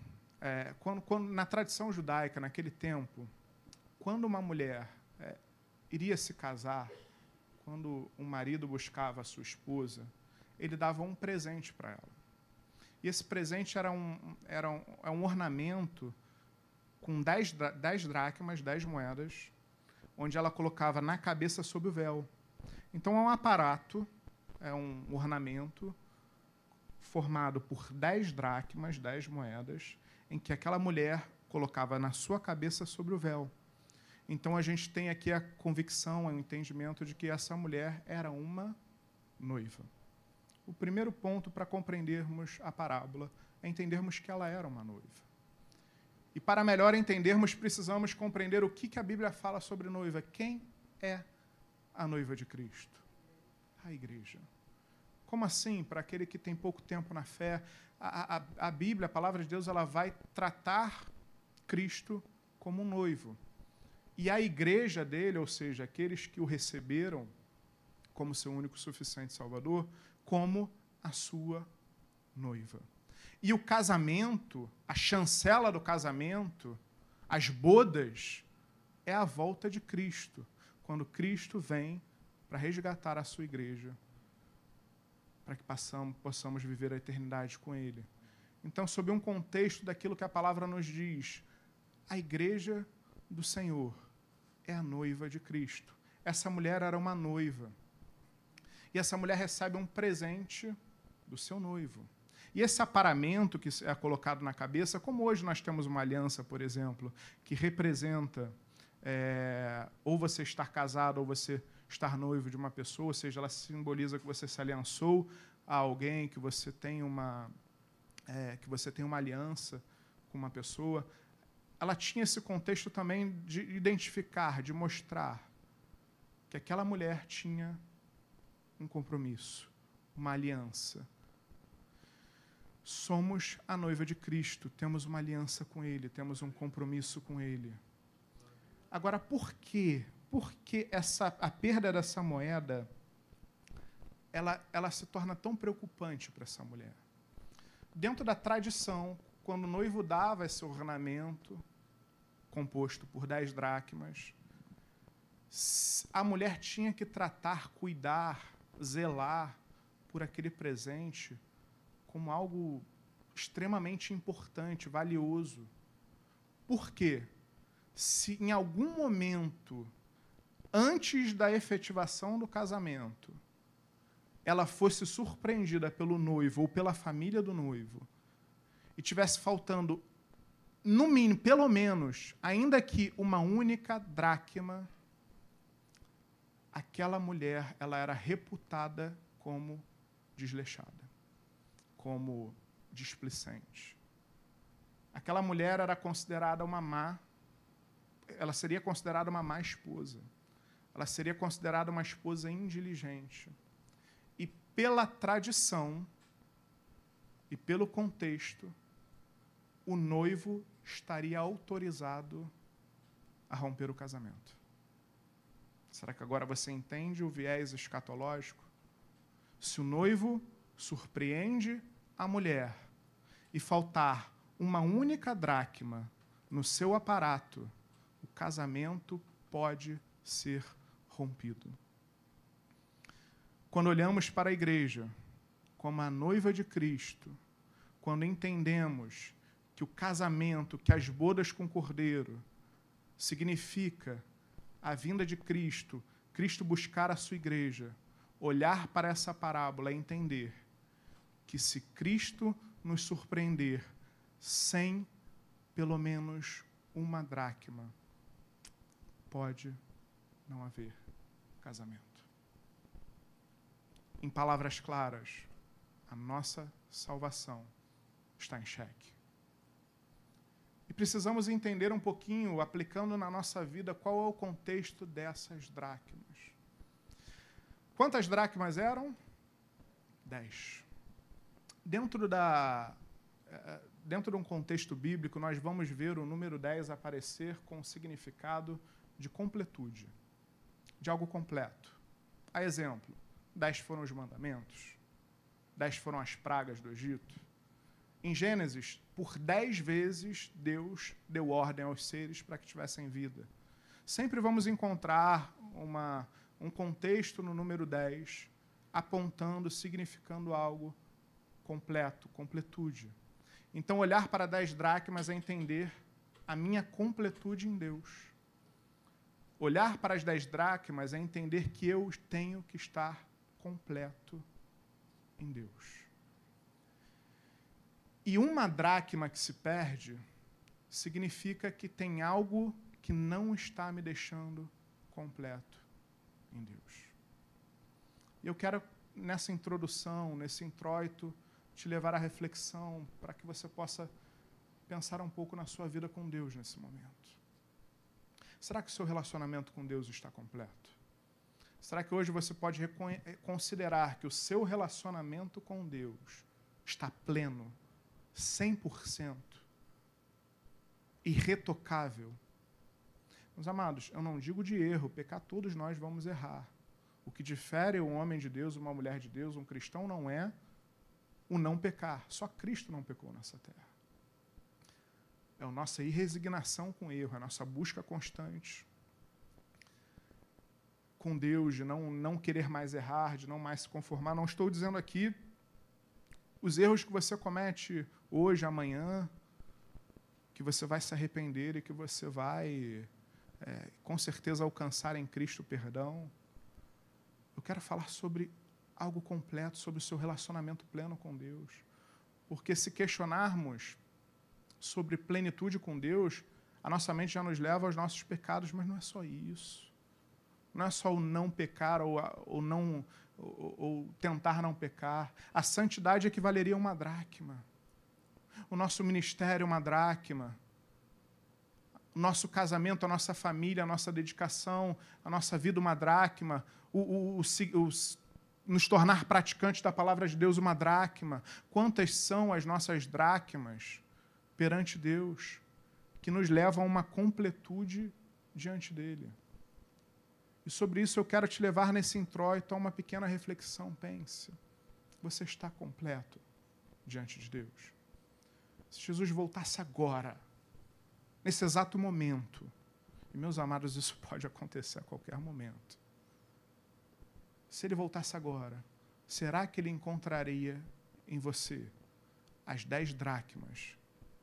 na tradição judaica, naquele tempo, quando uma mulher iria se casar, quando um marido buscava a sua esposa, ele dava um presente para ela. E esse presente era um ornamento com 10 dracmas, 10 moedas, onde ela colocava na cabeça sob o véu. Então, é um aparato, é um ornamento formado por 10 dracmas, 10 moedas, em que aquela mulher colocava na sua cabeça sobre o véu. Então, a gente tem aqui a convicção, o entendimento de que essa mulher era uma noiva. O primeiro ponto para compreendermos a parábola é entendermos que ela era uma noiva. E para melhor entendermos, precisamos compreender o que a Bíblia fala sobre noiva. Quem é a noiva de Cristo? A igreja. Como assim? Para aquele que tem pouco tempo na fé, a Bíblia, a palavra de Deus, ela vai tratar Cristo como um noivo. E a igreja dele, ou seja, aqueles que o receberam como seu único e suficiente Salvador, como a sua noiva. E o casamento, a chancela do casamento, as bodas, é a volta de Cristo, quando Cristo vem para resgatar a sua igreja, para que possamos viver a eternidade com Ele. Então, sob um contexto daquilo que a palavra nos diz, a igreja do Senhor é a noiva de Cristo. Essa mulher era uma noiva. E essa mulher recebe um presente do seu noivo. E esse aparamento que é colocado na cabeça, como hoje nós temos uma aliança, por exemplo, que representa ou você estar casado ou você estar noivo de uma pessoa, ou seja, ela simboliza que você se aliançou a alguém, que você tem uma aliança com uma pessoa. Ela tinha esse contexto também de identificar, de mostrar que aquela mulher tinha um compromisso, uma aliança. Somos a noiva de Cristo, temos uma aliança com Ele, temos um compromisso com Ele. Agora, por quê? Por que a perda dessa moeda ela se torna tão preocupante para essa mulher? Dentro da tradição, quando o noivo dava esse ornamento, composto por 10 dracmas, a mulher tinha que tratar, cuidar, zelar por aquele presente como algo extremamente importante, valioso. Por quê? Se em algum momento, antes da efetivação do casamento, ela fosse surpreendida pelo noivo ou pela família do noivo e tivesse faltando, no mínimo, pelo menos, ainda que uma única dracma, aquela mulher ela era reputada como desleixada, como displicente. Aquela mulher era considerada ela seria considerada uma má esposa. Ela seria considerada uma esposa indiligente. E pela tradição e pelo contexto, o noivo estaria autorizado a romper o casamento. Será que agora você entende o viés escatológico? Se o noivo surpreende a mulher e faltar uma única dracma no seu aparato, o casamento pode ser rompido. Quando olhamos para a igreja como a noiva de Cristo, quando entendemos que o casamento, que as bodas com o Cordeiro, significa a vinda de Cristo, Cristo buscar a sua igreja, olhar para essa parábola e entender que se Cristo nos surpreender sem pelo menos uma dracma, pode não haver casamento. Em palavras claras, a nossa salvação está em xeque. E precisamos entender um pouquinho, aplicando na nossa vida, qual é o contexto dessas dracmas. Quantas dracmas eram? 10. Dentro de um contexto bíblico, nós vamos ver o número 10 aparecer com o significado de completude, de algo completo. A exemplo, 10 foram os mandamentos, 10 foram as pragas do Egito. Em Gênesis, por 10 vezes, Deus deu ordem aos seres para que tivessem vida. Sempre vamos encontrar um contexto no número 10, apontando, significando algo completo, completude. Então, olhar para 10 dracmas é entender a minha completude em Deus. Olhar para as 10 dracmas é entender que eu tenho que estar completo em Deus. E uma dracma que se perde significa que tem algo que não está me deixando completo em Deus. E eu quero, nessa introdução, nesse introito, te levar à reflexão para que você possa pensar um pouco na sua vida com Deus nesse momento. Será que o seu relacionamento com Deus está completo? Será que hoje você pode considerar que o seu relacionamento com Deus está pleno, 100%, irretocável? Meus amados, eu não digo de erro, pecar todos nós vamos errar. O que difere um homem de Deus, uma mulher de Deus, um cristão não é o não pecar. Só Cristo não pecou nessa terra. É a nossa irresignação com o erro, a nossa busca constante com Deus, de não querer mais errar, de não mais se conformar. Não estou dizendo aqui os erros que você comete hoje, amanhã, que você vai se arrepender e que você vai, com certeza, alcançar em Cristo o perdão. Eu quero falar sobre algo completo, sobre o seu relacionamento pleno com Deus. Porque se questionarmos sobre plenitude com Deus, a nossa mente já nos leva aos nossos pecados, mas não é só isso. Não é só o não pecar ou tentar não pecar. A santidade equivaleria a uma dracma. O nosso ministério é uma dracma. O nosso casamento, a nossa família, a nossa dedicação, a nossa vida uma dracma. Nos tornar praticantes da palavra de Deus uma dracma. Quantas são as nossas dracmas perante Deus que nos levam a uma completude diante dele? E sobre isso eu quero te levar nesse introito a uma pequena reflexão. Pense, você está completo diante de Deus? Se Jesus voltasse agora, nesse exato momento, e meus amados, isso pode acontecer a qualquer momento. Se ele voltasse agora, será que ele encontraria em você as 10 dracmas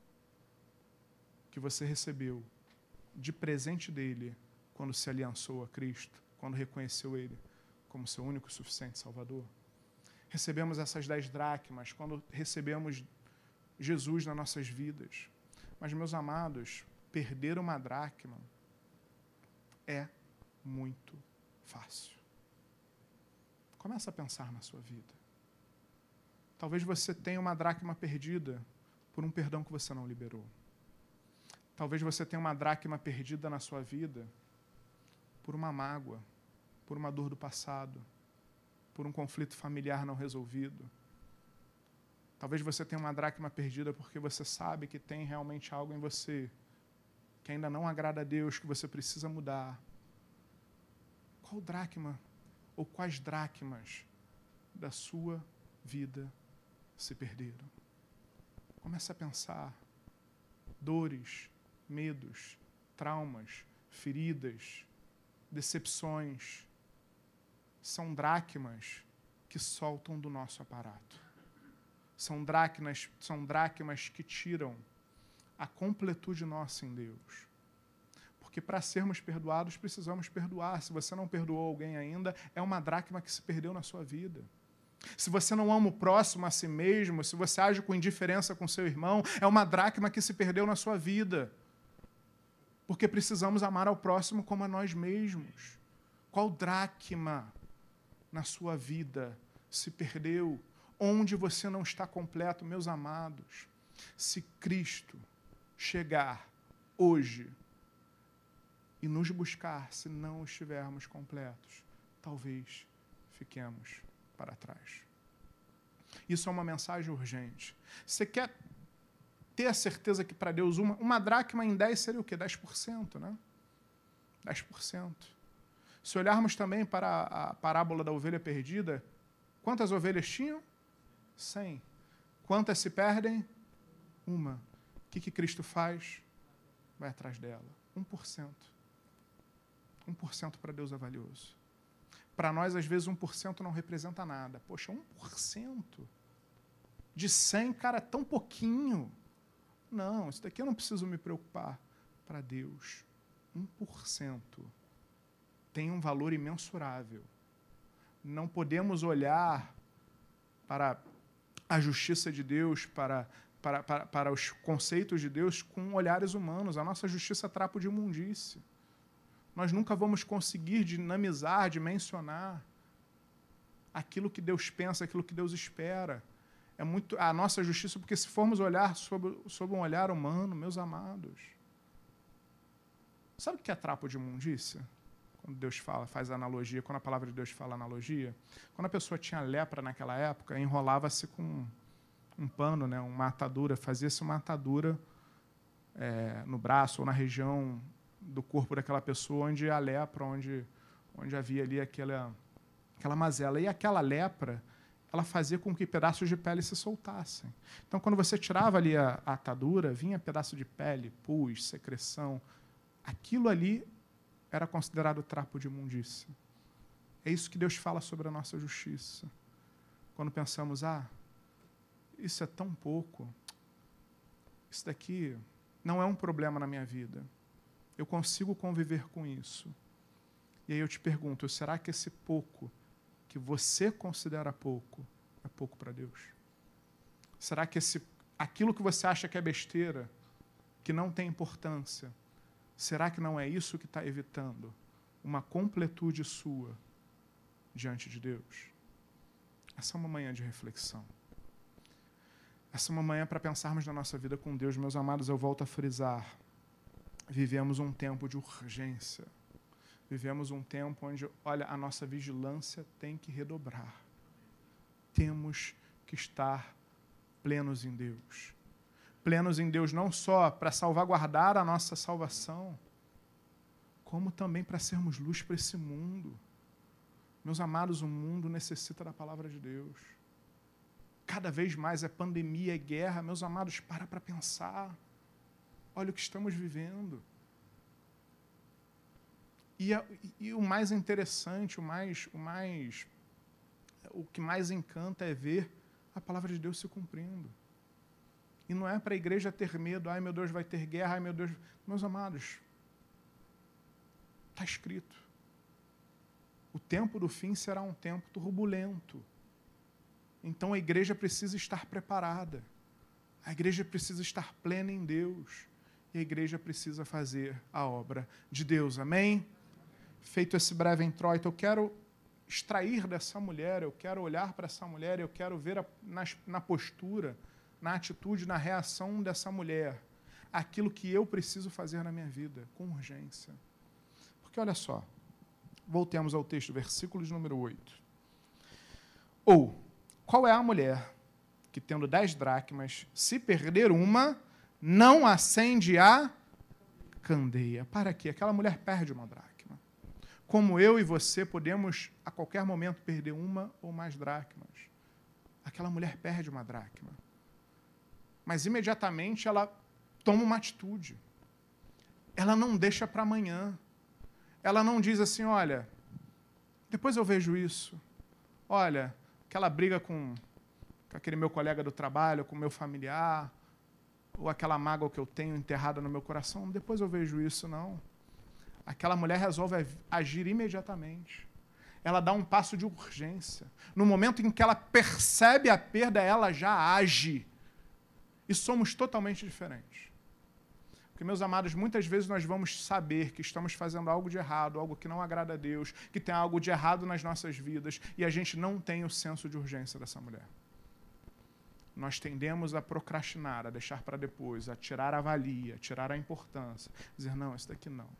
que você recebeu de presente dele quando se aliançou a Cristo, quando reconheceu ele como seu único e suficiente Salvador? Recebemos essas 10 dracmas quando recebemos Jesus nas nossas vidas. Mas, meus amados, perder uma dracma é muito fácil. Começa a pensar na sua vida. Talvez você tenha uma dracma perdida por um perdão que você não liberou. Talvez você tenha uma dracma perdida na sua vida por uma mágoa, por uma dor do passado, por um conflito familiar não resolvido. Talvez você tenha uma dracma perdida porque você sabe que tem realmente algo em você que ainda não agrada a Deus, que você precisa mudar. Qual dracma ou quais dracmas da sua vida se perderam? Comece a pensar. Dores, medos, traumas, feridas, decepções, são dracmas que soltam do nosso aparato. São dracmas que tiram a completude nossa em Deus. Porque para sermos perdoados, precisamos perdoar. Se você não perdoou alguém ainda, é uma dracma que se perdeu na sua vida. Se você não ama o próximo a si mesmo, se você age com indiferença com seu irmão, é uma dracma que se perdeu na sua vida. Porque precisamos amar ao próximo como a nós mesmos. Qual dracma na sua vida se perdeu? Onde você não está completo, meus amados? Se Cristo chegar hoje e nos buscar, se não estivermos completos, talvez fiquemos para trás. Isso é uma mensagem urgente. Você quer ter a certeza que para Deus uma dracma em 10 seria o quê? 10%, né? 10%. Se olharmos também para a parábola da ovelha perdida, quantas ovelhas tinham? 100. Quantas se perdem? Uma. O que Cristo faz? Vai atrás dela. 1%. 1% para Deus é valioso. Para nós, às vezes, 1% não representa nada. Poxa, 1% de 100, cara, é tão pouquinho. Não, isso daqui eu não preciso me preocupar. Para Deus, 1% tem um valor imensurável. Não podemos olhar para a justiça de Deus, para os conceitos de Deus com olhares humanos. A nossa justiça é trapo de imundície. Nós nunca vamos conseguir dinamizar, dimensionar aquilo que Deus pensa, aquilo que Deus espera. É muito a nossa justiça, porque se formos olhar sob um olhar humano, meus amados, sabe o que é trapo de imundícia? Quando Deus faz analogia, quando a palavra de Deus fala analogia, quando a pessoa tinha lepra naquela época, enrolava-se com um pano, né, uma atadura, fazia-se uma atadura no braço ou na região do corpo daquela pessoa onde a lepra, onde havia ali aquela mazela. E aquela lepra, ela fazia com que pedaços de pele se soltassem. Então, quando você tirava ali a atadura, vinha pedaço de pele, pus, secreção. Aquilo ali era considerado trapo de imundícia. É isso que Deus fala sobre a nossa justiça. Quando pensamos, isso é tão pouco, isso daqui não é um problema na minha vida. Eu consigo conviver com isso. E aí eu te pergunto, será que esse pouco que você considera pouco é pouco para Deus? Será que aquilo que você acha que é besteira, que não tem importância, será que não é isso que está evitando uma completude sua diante de Deus? Essa é uma manhã de reflexão. Essa é uma manhã para pensarmos na nossa vida com Deus. Meus amados, eu volto a frisar. Vivemos um tempo de urgência. Vivemos um tempo onde, olha, a nossa vigilância tem que redobrar. Temos que estar plenos em Deus. Plenos em Deus não só para salvaguardar a nossa salvação, como também para sermos luz para esse mundo. Meus amados, o mundo necessita da palavra de Deus. Cada vez mais é pandemia, é guerra. Meus amados, para pensar. Olha o que estamos vivendo. E o mais interessante, o que mais encanta é ver a palavra de Deus se cumprindo. E não é para a igreja ter medo, ai meu Deus, vai ter guerra, ai meu Deus. Meus amados, está escrito. O tempo do fim será um tempo turbulento. Então a igreja precisa estar preparada. A igreja precisa estar plena em Deus. E a igreja precisa fazer a obra de Deus. Amém? Feito esse breve introito, eu quero extrair dessa mulher, eu quero olhar para essa mulher, eu quero ver na postura, na atitude, na reação dessa mulher, aquilo que eu preciso fazer na minha vida, com urgência. Porque olha só, voltemos ao texto, versículo de número 8. Ou, qual é a mulher que, tendo 10 dracmas, se perder uma, não acende a candeia? Para quê? Aquela mulher perde uma dracma. Como eu e você podemos, a qualquer momento, perder uma ou mais dracmas. Aquela mulher perde uma dracma. Mas, imediatamente, ela toma uma atitude. Ela não deixa para amanhã. Ela não diz assim, olha, depois eu vejo isso. Olha, aquela briga com aquele meu colega do trabalho, com o meu familiar, ou aquela mágoa que eu tenho enterrada no meu coração, depois eu vejo isso, não. Aquela mulher resolve agir imediatamente. ela dá um passo de urgência. No momento em que ela percebe a perda, ela já age. E somos totalmente diferentes. Porque, meus amados, muitas vezes nós vamos saber que estamos fazendo algo de errado, algo que não agrada a Deus, que tem algo de errado nas nossas vidas, e a gente não tem o senso de urgência dessa mulher. Nós tendemos a procrastinar, a deixar para depois, a tirar a valia, a tirar a importância. Dizer, não, isso daqui não.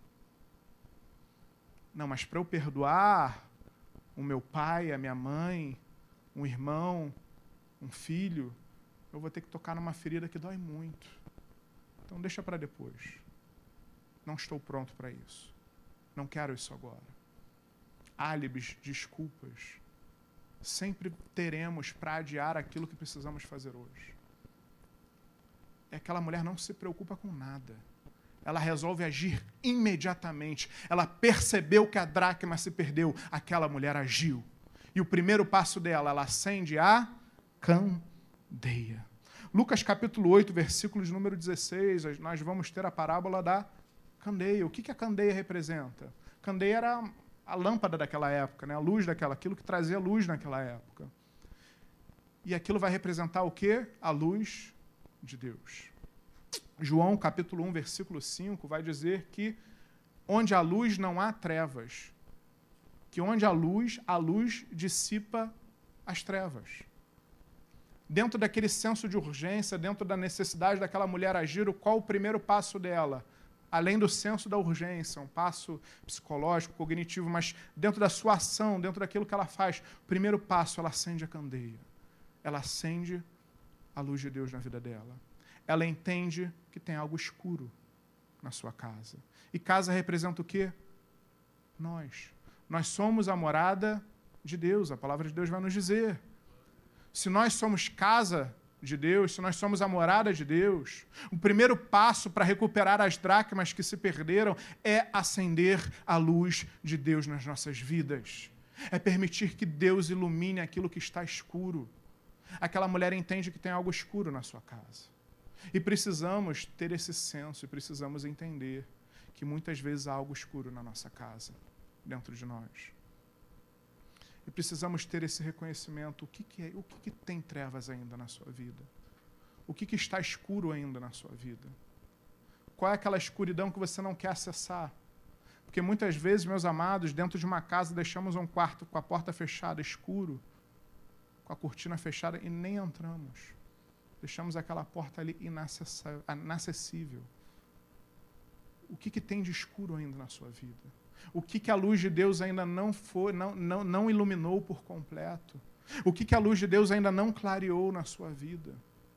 Não, mas para eu perdoar o meu pai, a minha mãe, um irmão, um filho, eu vou ter que tocar numa ferida que dói muito. Então deixa para depois. Não estou pronto para isso. Não quero isso agora. Álibis, desculpas. Sempre teremos para adiar aquilo que precisamos fazer hoje. E aquela mulher não se preocupa com nada. Ela resolve agir imediatamente. Ela percebeu que a dracma se perdeu. Aquela mulher agiu. E o primeiro passo dela, ela acende a candeia. Lucas capítulo 8, versículos número 16, nós vamos ter a parábola da candeia. O que a candeia representa? Candeia era a lâmpada daquela época, né? A luz daquela, aquilo que trazia luz naquela época. E aquilo vai representar o quê? A luz de Deus. João capítulo 1, versículo 5, vai dizer que onde há luz não há trevas. Que onde há luz, a luz dissipa as trevas. Dentro daquele senso de urgência, dentro da necessidade daquela mulher agir, qual o primeiro passo dela? Além do senso da urgência, um passo psicológico, cognitivo, mas dentro da sua ação, dentro daquilo que ela faz, o primeiro passo, ela acende a candeia. Ela acende a luz de Deus na vida dela. Ela entende que tem algo escuro na sua casa. E casa representa o quê? Nós. Nós somos a morada de Deus, a palavra de Deus vai nos dizer. Se nós somos casa de Deus, se nós somos a morada de Deus, o primeiro passo para recuperar as dracmas que se perderam é acender a luz de Deus nas nossas vidas. É permitir que Deus ilumine aquilo que está escuro. Aquela mulher entende que tem algo escuro na sua casa. E precisamos ter esse senso, e precisamos entender que muitas vezes há algo escuro na nossa casa, dentro de nós. E precisamos ter esse reconhecimento. O que tem trevas ainda na sua vida? O que está escuro ainda na sua vida? Qual é aquela escuridão que você não quer acessar? Porque muitas vezes, meus amados, dentro de uma casa deixamos um quarto com a porta fechada, escuro, com a cortina fechada e nem entramos. Deixamos aquela porta ali inacessível. O que tem de escuro ainda na sua vida? O que a luz de Deus ainda não iluminou por completo? O que a luz de Deus ainda não clareou na sua vida?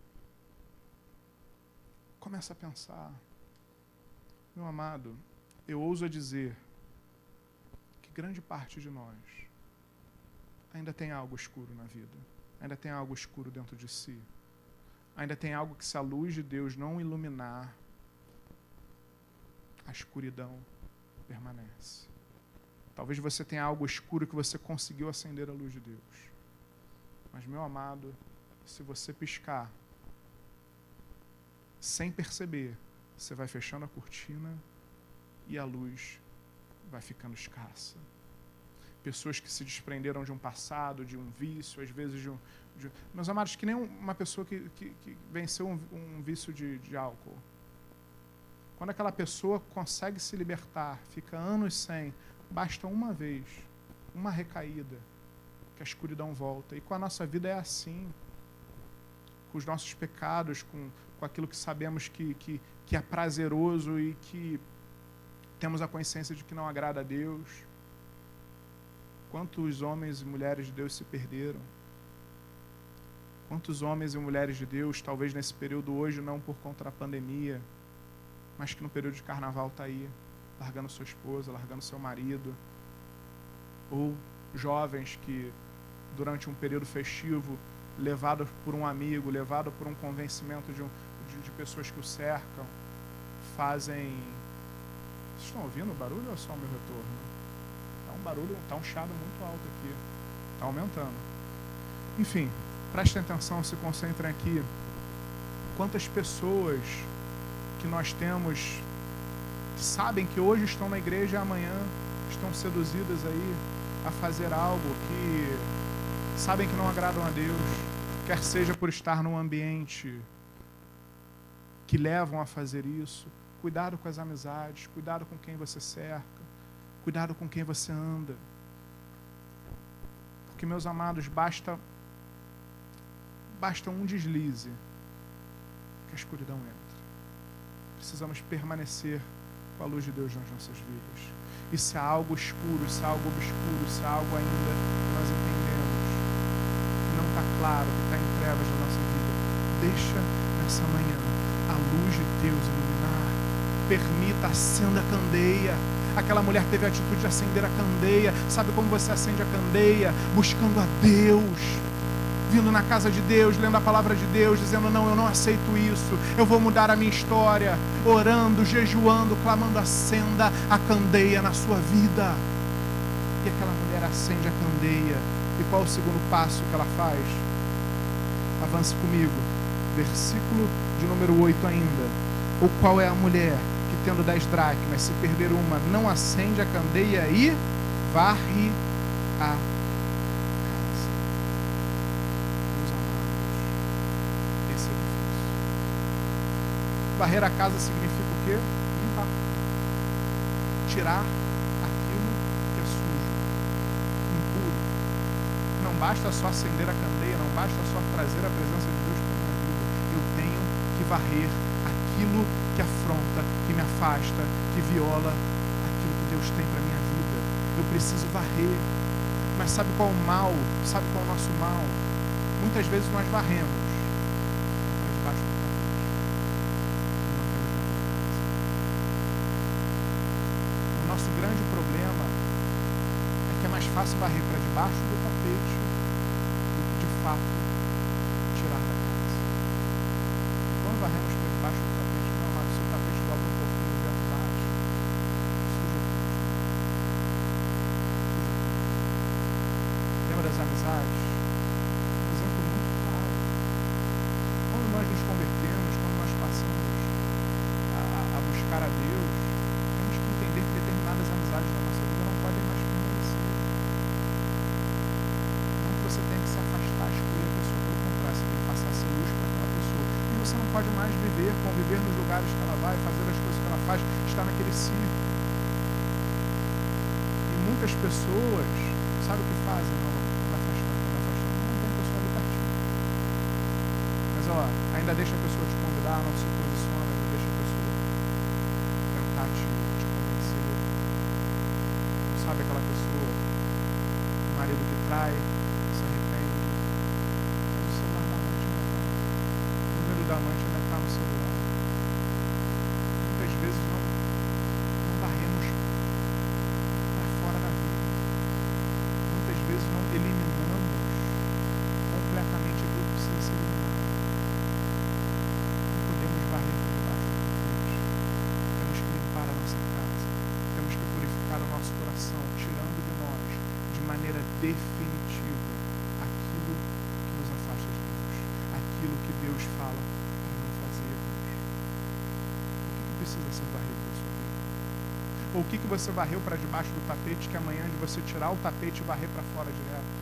Começa a pensar. Meu amado, eu ouso a dizer que grande parte de nós ainda tem algo escuro na vida. Ainda tem algo escuro dentro de si. Ainda tem algo que, se a luz de Deus não iluminar, a escuridão permanece. Talvez você tenha algo escuro que você conseguiu acender a luz de Deus. Mas, meu amado, se você piscar, sem perceber, você vai fechando a cortina e a luz vai ficando escassa. Pessoas que se desprenderam de um passado, de um vício, às vezes meus amados, que nem uma pessoa que venceu um vício de álcool. Quando aquela pessoa consegue se libertar, fica anos sem, basta uma vez, uma recaída, que a escuridão volta. E com a nossa vida é assim. Com os nossos pecados, com aquilo que sabemos que é prazeroso e que temos a consciência de que não agrada a Deus. Quantos homens e mulheres de Deus se perderam? Quantos homens e mulheres de Deus, talvez nesse período hoje, não por conta da pandemia, mas que no período de carnaval está aí, largando sua esposa, largando seu marido, ou jovens que, durante um período festivo, levado por um amigo, levado por um convencimento de pessoas que o cercam, fazem... Vocês estão ouvindo o barulho ou é só o meu retorno? Está um barulho, está um chiado muito alto aqui, está aumentando. Enfim, prestem atenção, se concentrem aqui. Quantas pessoas que nós temos que sabem que hoje estão na igreja e amanhã estão seduzidas aí a fazer algo que sabem que não agradam a Deus, quer seja por estar num ambiente que levam a fazer isso. Cuidado com as amizades, cuidado com quem você cerca, cuidado com quem você anda. Porque, meus amados, basta um deslize que a escuridão entra. Precisamos permanecer com a luz de Deus nas nossas vidas. E se há algo escuro, se há algo obscuro, se há algo ainda que nós entendemos que não está claro, que está em trevas na nossa vida, deixa nessa manhã a luz de Deus iluminar. Permita, acenda a candeia. Aquela mulher teve a atitude de acender a candeia. Sabe como você acende a candeia? Buscando a Deus, vindo na casa de Deus, lendo a palavra de Deus, dizendo: não, eu não aceito isso, eu vou mudar a minha história, orando, jejuando, clamando: acenda a candeia na sua vida. E aquela mulher acende a candeia. E qual é o segundo passo que ela faz? Avance comigo, versículo de número 8 ainda. Ou qual é a mulher que, tendo 10 dracmas, se perder uma, não acende a candeia e varre a casa? Meus amados, esse é difícil. Varrer a casa significa o quê? Limpar. Tirar aquilo que é sujo, impuro. Não basta só acender a candeia, não basta só trazer a presença de Deus para a minha vida. Eu tenho que varrer aquilo que afronta, que me afasta, que viola aquilo que Deus tem para a minha vida. Eu preciso varrer. Mas sabe qual é o mal? Sabe qual é o nosso mal? Muitas vezes nós varremos para debaixo do tapete. E não temos dentro da casa. O nosso grande problema é que é mais fácil varrer para debaixo do tapete do que, de fato, tirar da casa. E quando varremos para debaixo do tapete, meu amado, se o tapete dobra um pouquinho, o vento bate, suja tudo. Lembra das amizades? Um exemplo muito claro. Quando nós nos convertemos, quando nós passamos a buscar a Deus, temos que entender que determinadas amizades na nossa vida não podem mais permanecer. Não que você tenha que se afastar, excluir a pessoa, pelo contrário, você tem que passar a ser luz para aquela pessoa. E você não pode mais viver, conviver nos lugares que ela vai, fazer as coisas que ela faz, estar naquele círculo. E muitas pessoas, sabe o que fazem? Não tem pessoa ali pertinho. Mas ó, ainda deixa a pessoa te convidar, não se posiciona, ainda deixa a pessoa tentar te convencer. Sabe aquela pessoa, o marido que trai, se arrepende, mas o celular da amante ainda está. O número da amante ainda está no celular. Muitas vezes não varremos para fora da vida. Muitas vezes não eliminamos completamente aquilo que precisa ser eliminado. Não podemos varrer para debaixo do tapete. Temos que limpar a nossa casa. Temos que purificar o nosso coração, tirando de nós, de maneira definitiva, aquilo que nos afasta de Deus. Aquilo que Deus fala para não fazermos. O que precisa ser varrido da sua vida? Ou o que você varreu para debaixo do tapete que amanhã de você tirar o tapete e varrer para fora direto?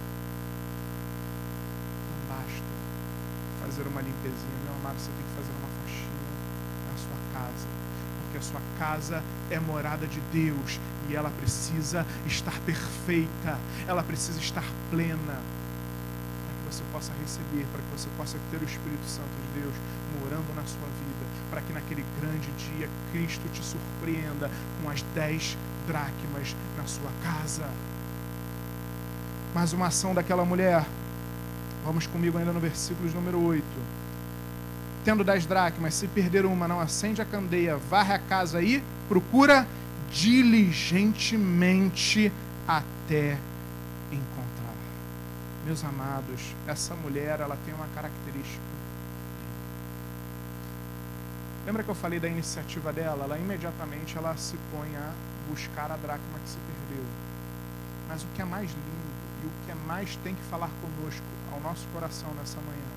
Não basta fazer uma limpezinha, meu amado, você tem que fazer uma faxina na sua casa. Porque a sua casa é morada de Deus e ela precisa estar perfeita, ela precisa estar plena, para que você possa receber, para que você possa ter o Espírito Santo de Deus morando na sua vida, para que naquele grande dia Cristo te surpreenda com as 10 dracmas na sua casa. Mais uma ação daquela mulher. Vamos comigo ainda no versículo número 8. Tendo 10 dracmas, se perder uma, não acende a candeia, varre a casa e procura diligentemente até encontrar. Meus amados, essa mulher, ela tem uma característica. Lembra que eu falei da iniciativa dela? Ela imediatamente se põe a buscar a dracma que se perdeu. Mas o que é mais lindo e o que é mais tem que falar conosco, ao nosso coração nessa manhã,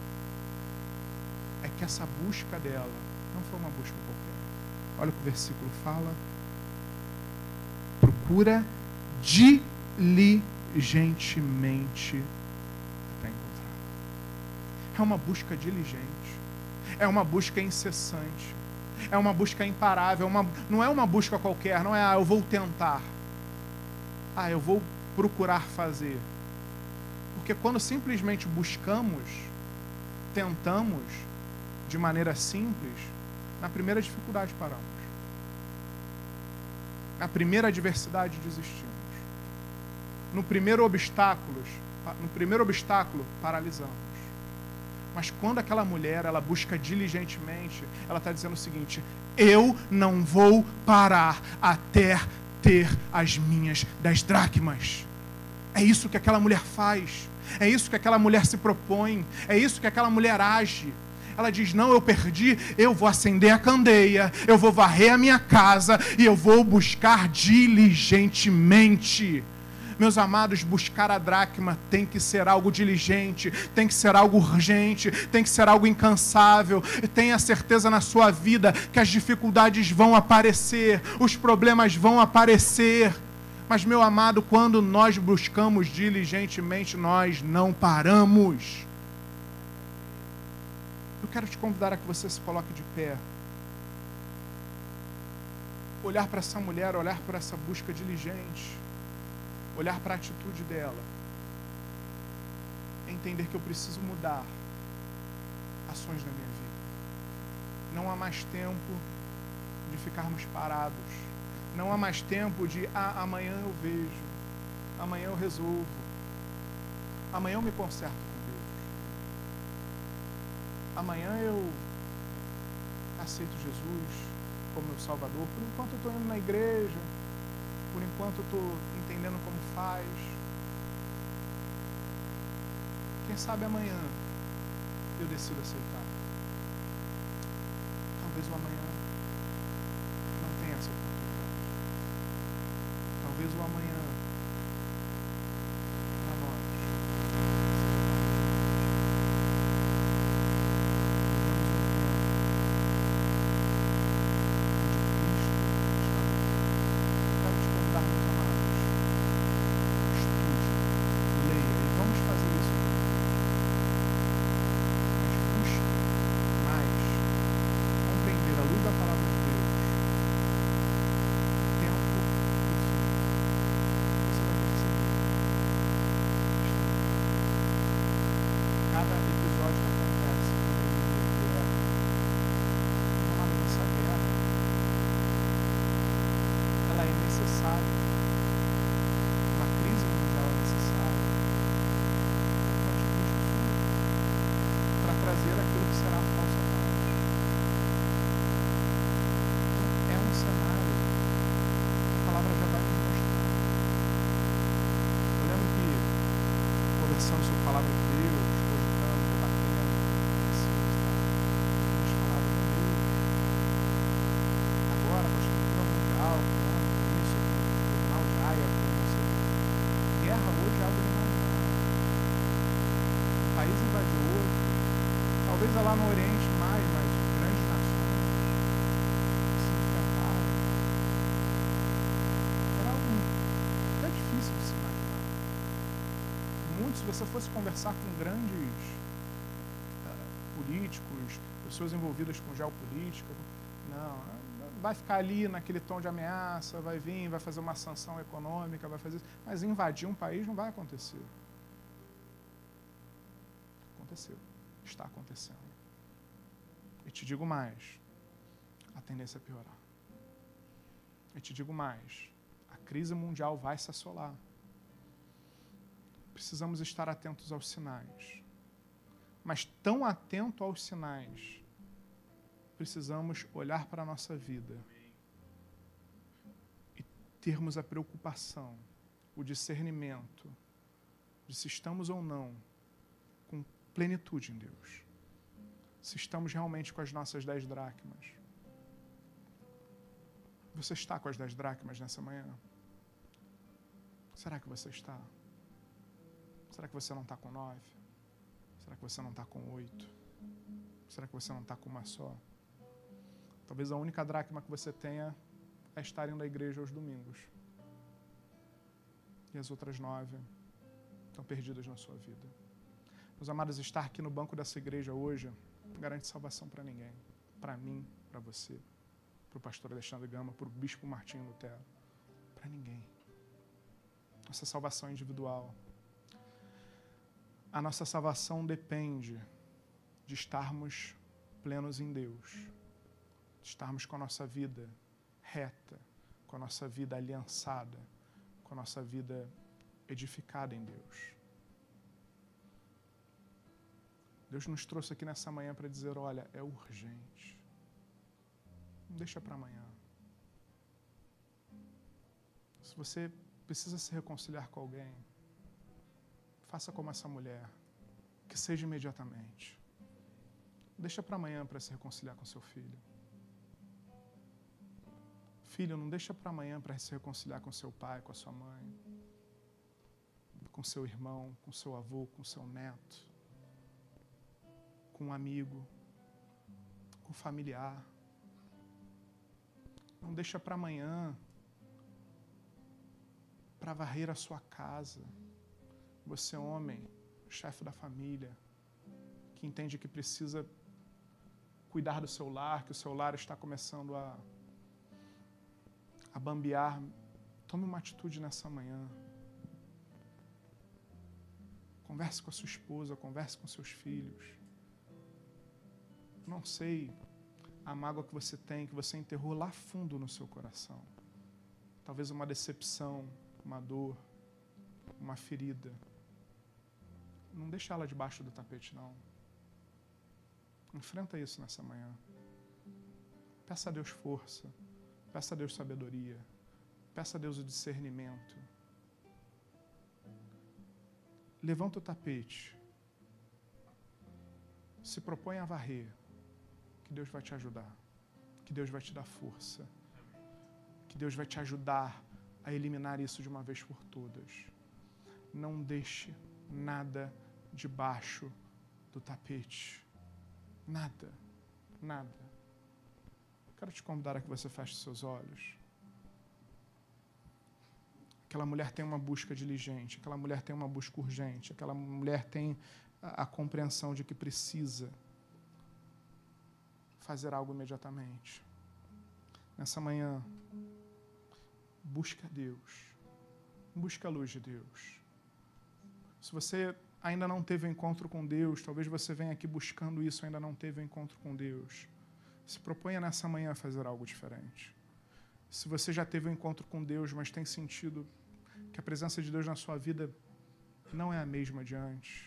é que essa busca dela não foi uma busca qualquer. Olha o que o versículo fala. Procura diligentemente até encontrá-la. É uma busca diligente. É uma busca incessante. É uma busca imparável. Não é uma busca qualquer. Não é, eu vou tentar. Eu vou procurar fazer. Porque quando simplesmente buscamos, tentamos, de maneira simples, na primeira dificuldade paramos. Na primeira adversidade desistimos. No primeiro obstáculo, paralisamos. Mas quando aquela mulher, ela busca diligentemente, ela está dizendo o seguinte: eu não vou parar até ter as minhas 10 dracmas. É isso que aquela mulher faz. É isso que aquela mulher se propõe. É isso que aquela mulher age. Ela diz: não, eu perdi, eu vou acender a candeia, eu vou varrer a minha casa e eu vou buscar diligentemente. Meus amados, buscar a dracma tem que ser algo diligente, tem que ser algo urgente, tem que ser algo incansável. Tenha certeza na sua vida que as dificuldades vão aparecer, os problemas vão aparecer. Mas, meu amado, quando nós buscamos diligentemente, nós não paramos. Eu quero te convidar a que você se coloque de pé. Olhar para essa mulher, olhar para essa busca diligente. Olhar para a atitude dela. Entender que eu preciso mudar ações na minha vida. Não há mais tempo de ficarmos parados. Não há mais tempo de, amanhã eu vejo. Amanhã eu resolvo. Amanhã eu me conserto com Deus. Amanhã eu aceito Jesus como meu Salvador. Por enquanto eu estou indo na igreja. Por enquanto eu estou entendendo como faz. Quem sabe amanhã eu decido aceitar. Talvez o amanhã não tenha essa oportunidade. Talvez o amanhã para nós lá no Oriente mas grandes nações se enfrentaram. Era algo até difícil de se imaginar. Muitos, se você fosse conversar com grandes políticos, pessoas envolvidas com geopolítica, não, vai ficar ali naquele tom de ameaça, vai vir, vai fazer uma sanção econômica, vai fazer, mas invadir um país não vai acontecer. Aconteceu. Está acontecendo. E te digo mais, a tendência é piorar. E te digo mais, a crise mundial vai se assolar. Precisamos estar atentos aos sinais. Mas tão atento aos sinais, precisamos olhar para a nossa vida e termos a preocupação, o discernimento de se estamos ou não com plenitude em Deus. Se estamos realmente com as nossas 10 dracmas. Você está com as 10 dracmas nessa manhã? Será que você está? Será que você não está com 9? Será que você não está com 8? Será que você não está com uma só? Talvez a única dracma que você tenha é estar indo à igreja aos domingos. e as outras 9 estão perdidas na sua vida. Meus amados, estar aqui no banco dessa igreja hoje não garante salvação para ninguém. Para mim, para você, para o pastor Alexandre Gama, para o bispo Martinho Lutero. Para ninguém. Nossa salvação é individual. A nossa salvação depende de estarmos plenos em Deus, de estarmos com a nossa vida reta, com a nossa vida aliançada, com a nossa vida edificada em Deus. Deus nos trouxe aqui nessa manhã para dizer, olha, é urgente. Não deixa para amanhã. Se você precisa se reconciliar com alguém, faça como essa mulher, que seja imediatamente. Deixa para amanhã para se reconciliar com seu filho. Filho, não deixa para amanhã para se reconciliar com seu pai, com a sua mãe, com seu irmão, com seu avô, com seu neto, com um amigo, com um familiar. Não deixa para amanhã para varrer a sua casa. Você, homem, chefe da família, que entende que precisa cuidar do seu lar, que o seu lar está começando a bambear, tome uma atitude nessa manhã. Converse com a sua esposa, converse com seus filhos. Não sei a mágoa que você tem, que você enterrou lá fundo no seu coração. Talvez uma decepção, uma dor, uma ferida. Não deixa ela debaixo do tapete, não. Enfrenta isso nessa manhã. Peça a Deus força. Peça a Deus sabedoria. Peça a Deus o discernimento. Levanta o tapete. Se propõe a varrer. Que Deus vai te ajudar. Que Deus vai te dar força. Que Deus vai te ajudar a eliminar isso de uma vez por todas. Não deixe nada debaixo do tapete. Nada. Nada. Quero te convidar a que você feche seus olhos. Aquela mulher tem uma busca diligente, aquela mulher tem uma busca urgente, aquela mulher tem a compreensão de que precisa fazer algo imediatamente. Nessa manhã, busca Deus. Busca a luz de Deus. Se você ainda não teve um encontro com Deus, talvez você venha aqui buscando isso, ainda não teve um encontro com Deus. Se proponha nessa manhã a fazer algo diferente. Se você já teve um encontro com Deus, mas tem sentido que a presença de Deus na sua vida não é a mesma de antes,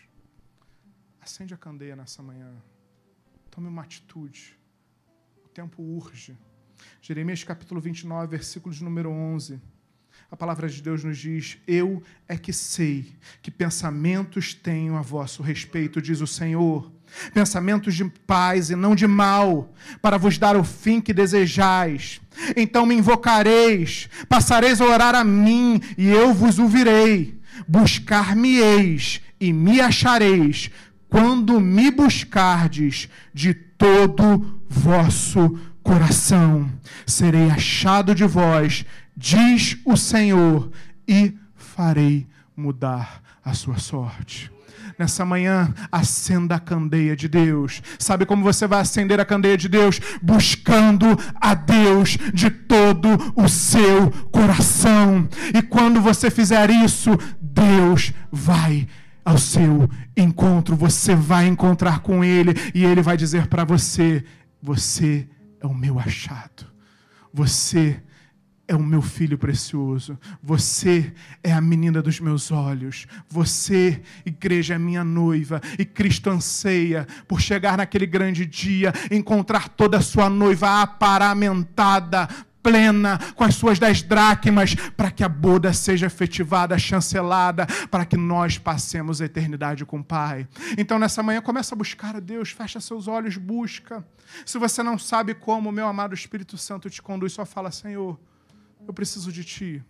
acende a candeia nessa manhã. Tome uma atitude. O tempo urge. Jeremias capítulo 29, versículo de número 11. A palavra de Deus nos diz, eu é que sei que pensamentos tenho a vosso respeito, diz o Senhor. Pensamentos de paz e não de mal, para vos dar o fim que desejais. Então me invocareis, passareis a orar a mim, e eu vos ouvirei. Buscar-me-eis e me achareis, quando me buscardes de todo vosso coração. Serei achado de vós, diz o Senhor, e farei mudar a sua sorte. Nessa manhã, acenda a candeia de Deus. Sabe como você vai acender a candeia de Deus? Buscando a Deus de todo o seu coração. E quando você fizer isso, Deus vai ao seu encontro. Você vai encontrar com Ele e Ele vai dizer para você, você é o meu achado. Você é o meu filho precioso. Você é a menina dos meus olhos. Você, igreja, é minha noiva. E Cristo anseia por chegar naquele grande dia, encontrar toda a sua noiva aparamentada, plena, com as suas 10 dracmas, para que a boda seja efetivada, chancelada, para que nós passemos a eternidade com o Pai. Então, nessa manhã, começa a buscar a Deus, fecha seus olhos, busca. Se você não sabe como, meu amado Espírito Santo te conduz, só fala, Senhor, eu preciso de Ti.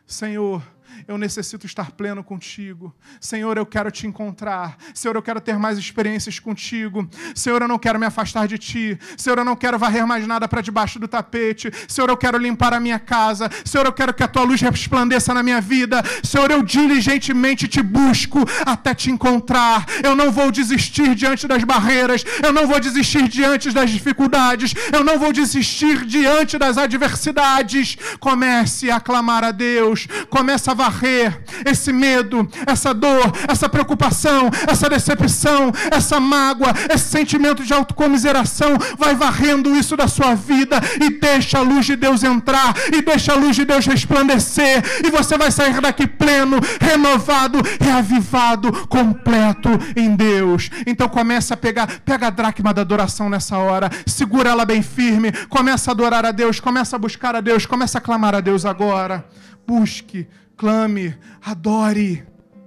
Senhor, eu necessito estar pleno contigo. Senhor, eu quero te encontrar. Senhor, eu quero ter mais experiências contigo. Senhor, eu não quero me afastar de ti. Senhor, eu não quero varrer mais nada para debaixo do tapete. Senhor, eu quero limpar a minha casa. Senhor, eu quero que a tua luz resplandeça na minha vida. Senhor, eu diligentemente te busco até te encontrar. Eu não vou desistir diante das barreiras. Eu não vou desistir diante das dificuldades. Eu não vou desistir diante das adversidades. Comece a clamar a Deus. Comece a varrer esse medo, essa dor, essa preocupação, essa decepção, essa mágoa, esse sentimento de autocomiseração. Vai varrendo isso da sua vida e deixa a luz de Deus entrar e deixa a luz de Deus resplandecer e você vai sair daqui pleno, renovado, reavivado, completo em Deus. Então começa a pega a dracma da adoração nessa hora, segura ela bem firme, começa a adorar a Deus, começa a buscar a Deus, começa a clamar a Deus agora. Busque, clame, adore.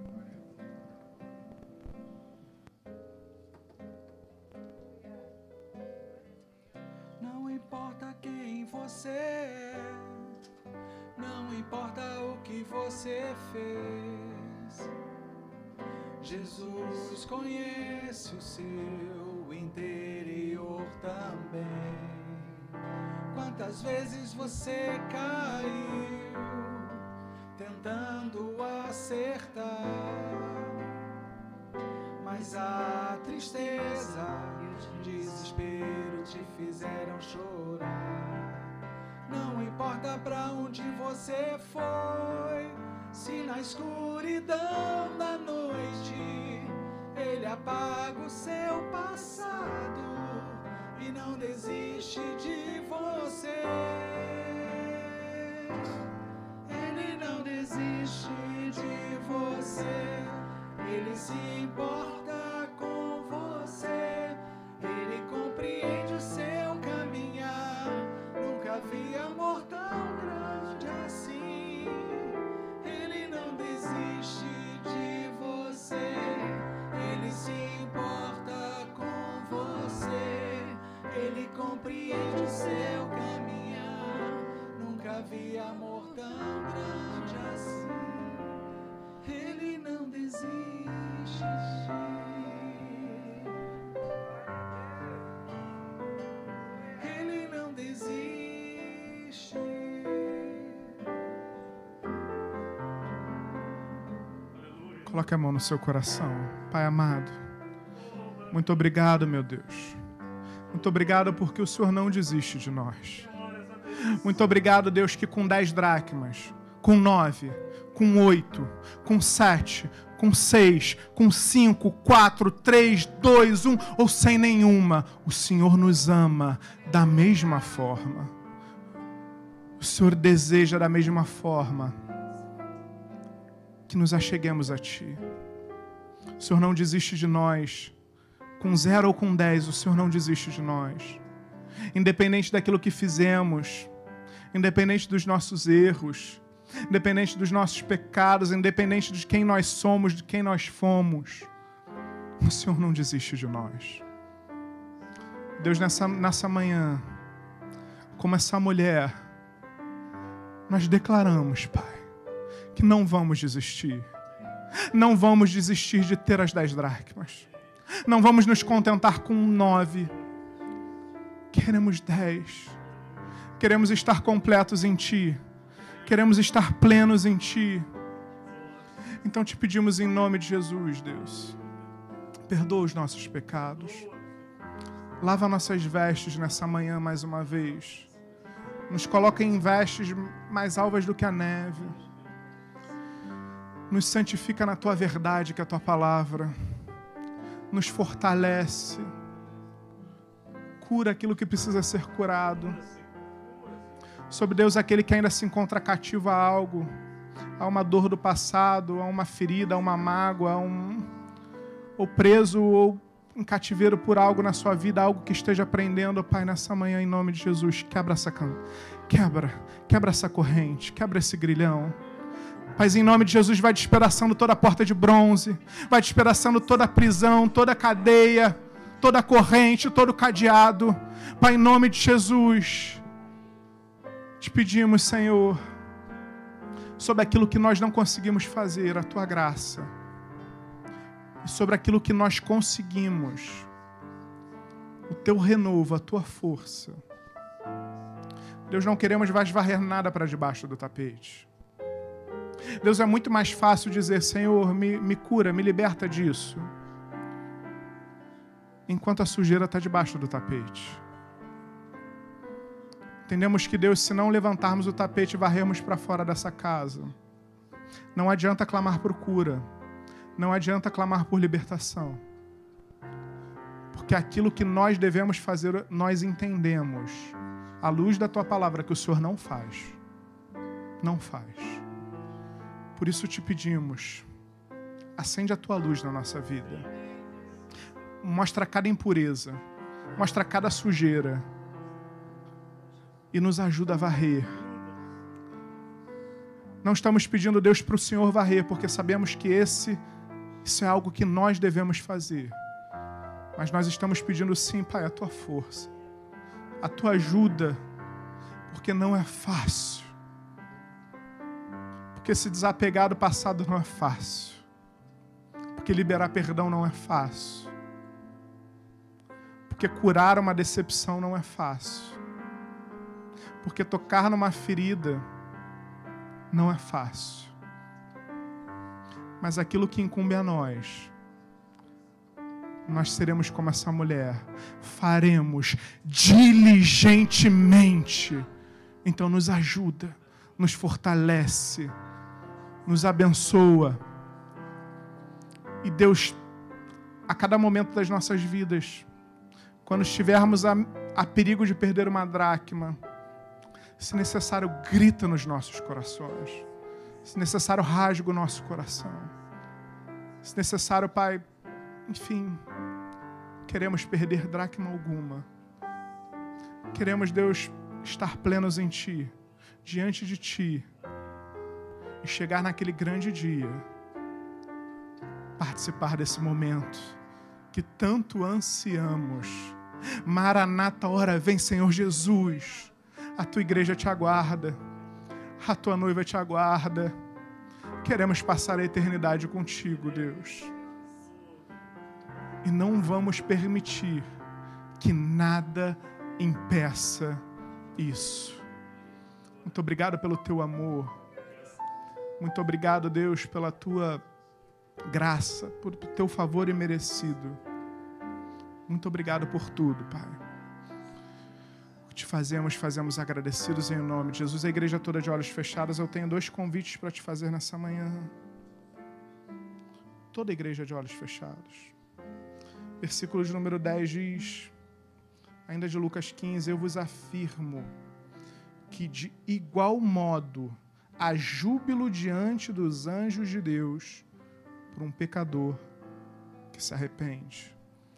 Não importa quem você é, não importa o que você fez, Jesus conhece o seu interior também. Quantas vezes você caiu tentando acertar, mas a tristeza e o desespero te fizeram chorar. Não importa pra onde você foi, se na escuridão da noite Ele apaga o seu passado e não desiste de você. Ele não desiste de você, Ele se importa com você, Ele compreende o seu caminhar. Nunca vi amor tão grande assim. Ele não desiste de você, Ele se importa com você, Ele compreende o seu caminhar. Nunca vi amor tão grande assim. Ele não desiste de ti. Ele não desiste. Coloque a mão no seu coração. Pai amado, muito obrigado, meu Deus. Muito obrigado porque o Senhor não desiste de nós. Muito obrigado, Deus, que com 10 dracmas, com 9, com 8, com 7, com 6, com 5, 4, 3, 2, 1 ou sem nenhuma, o Senhor nos ama da mesma forma. O Senhor deseja da mesma forma que nos acheguemos a Ti. O Senhor não desiste de nós. Com 0 ou com 10, o Senhor não desiste de nós. Independente daquilo que fizemos, independente dos nossos erros, independente dos nossos pecados, independente de quem nós somos, de quem nós fomos, o Senhor não desiste de nós. Deus, nessa manhã, como essa mulher, nós declaramos, Pai, que não vamos desistir. Não vamos desistir de ter as 10 dracmas. Não vamos nos contentar com 9. Queremos 10. Queremos estar completos em Ti. Queremos estar plenos em Ti. Então te pedimos em nome de Jesus, Deus. Perdoa os nossos pecados. Lava nossas vestes nessa manhã mais uma vez. Nos coloca em vestes mais alvas do que a neve. Nos santifica na Tua verdade, que é a Tua palavra. Nos fortalece. Cura aquilo que precisa ser curado. Sobre Deus, aquele que ainda se encontra cativo a algo, a uma dor do passado, a uma ferida, a uma mágoa, ou preso ou em cativeiro por algo na sua vida, algo que esteja aprendendo, Pai, nessa manhã, em nome de Jesus, quebra essa corrente, quebra esse grilhão. Pai, em nome de Jesus, vai despedaçando toda a porta de bronze, vai despedaçando toda a prisão, toda a cadeia, toda a corrente, todo o cadeado. Pai, em nome de Jesus, te pedimos, Senhor, sobre aquilo que nós não conseguimos fazer, a Tua graça. E sobre aquilo que nós conseguimos, o Teu renovo, a Tua força. Deus, não queremos mais varrer nada para debaixo do tapete. Deus, é muito mais fácil dizer, Senhor, me cura, me liberta disso, enquanto a sujeira está debaixo do tapete. Entendemos que, Deus, se não levantarmos o tapete e varrermos para fora dessa casa, não adianta clamar por cura, não adianta clamar por libertação, porque aquilo que nós devemos fazer, nós entendemos, à luz da Tua palavra, que o Senhor não faz. Não faz. Por isso te pedimos, acende a Tua luz na nossa vida. Mostra cada impureza, mostra cada sujeira e nos ajuda a varrer. Não estamos pedindo, Deus, para o Senhor varrer, porque sabemos que isso é algo que nós devemos fazer. Mas nós estamos pedindo, sim, Pai, a Tua força, a Tua ajuda, porque não é fácil. Porque se desapegar do passado não é fácil. Porque liberar perdão não é fácil. Porque curar uma decepção não é fácil. Porque tocar numa ferida não é fácil. Mas aquilo que incumbe a nós seremos como essa mulher. Faremos diligentemente. Então nos ajuda, nos fortalece, nos abençoa. E Deus, a cada momento das nossas vidas, quando estivermos a perigo de perder uma dracma, se necessário, grita nos nossos corações. Se necessário, rasga o nosso coração. Se necessário, Pai, enfim, queremos perder dracma alguma. Queremos, Deus, estar plenos em Ti, diante de Ti, e chegar naquele grande dia, participar desse momento que tanto ansiamos. Maranata, hora vem, Senhor Jesus. A Tua igreja te aguarda, a Tua noiva te aguarda. Queremos passar a eternidade contigo, Deus. E não vamos permitir que nada impeça isso. Muito obrigado pelo Teu amor. Muito obrigado, Deus, pela Tua graça, por Teu favor imerecido. Muito obrigado por tudo, Pai. Te fazemos agradecidos em nome de Jesus. A igreja toda de olhos fechados, eu tenho 2 convites para te fazer nessa manhã. Toda a igreja de olhos fechados. Versículo de número 10 diz, ainda de Lucas 15, eu vos afirmo que de igual modo há júbilo diante dos anjos de Deus por um pecador que se arrepende.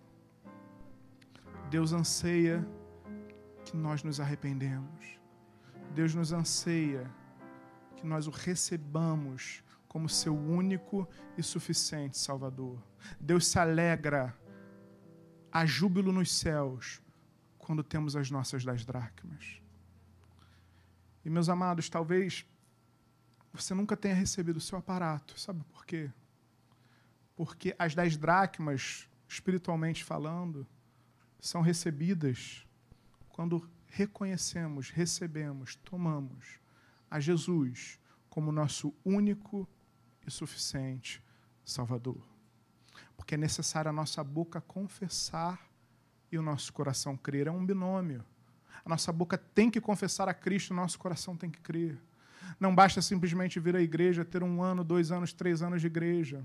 Deus anseia que nós nos arrependemos. Deus nos anseia que nós o recebamos como seu único e suficiente Salvador. Deus se alegra, há júbilo nos céus quando temos as nossas 10 dracmas. E, meus amados, talvez você nunca tenha recebido o seu aparato. Sabe por quê? Porque as 10 dracmas, espiritualmente falando, são recebidas quando reconhecemos, recebemos, tomamos a Jesus como nosso único e suficiente Salvador. Porque é necessário a nossa boca confessar e o nosso coração crer. É um binômio. A nossa boca tem que confessar a Cristo, o nosso coração tem que crer. Não basta simplesmente vir à igreja, ter 1 ano, 2 anos, 3 anos de igreja.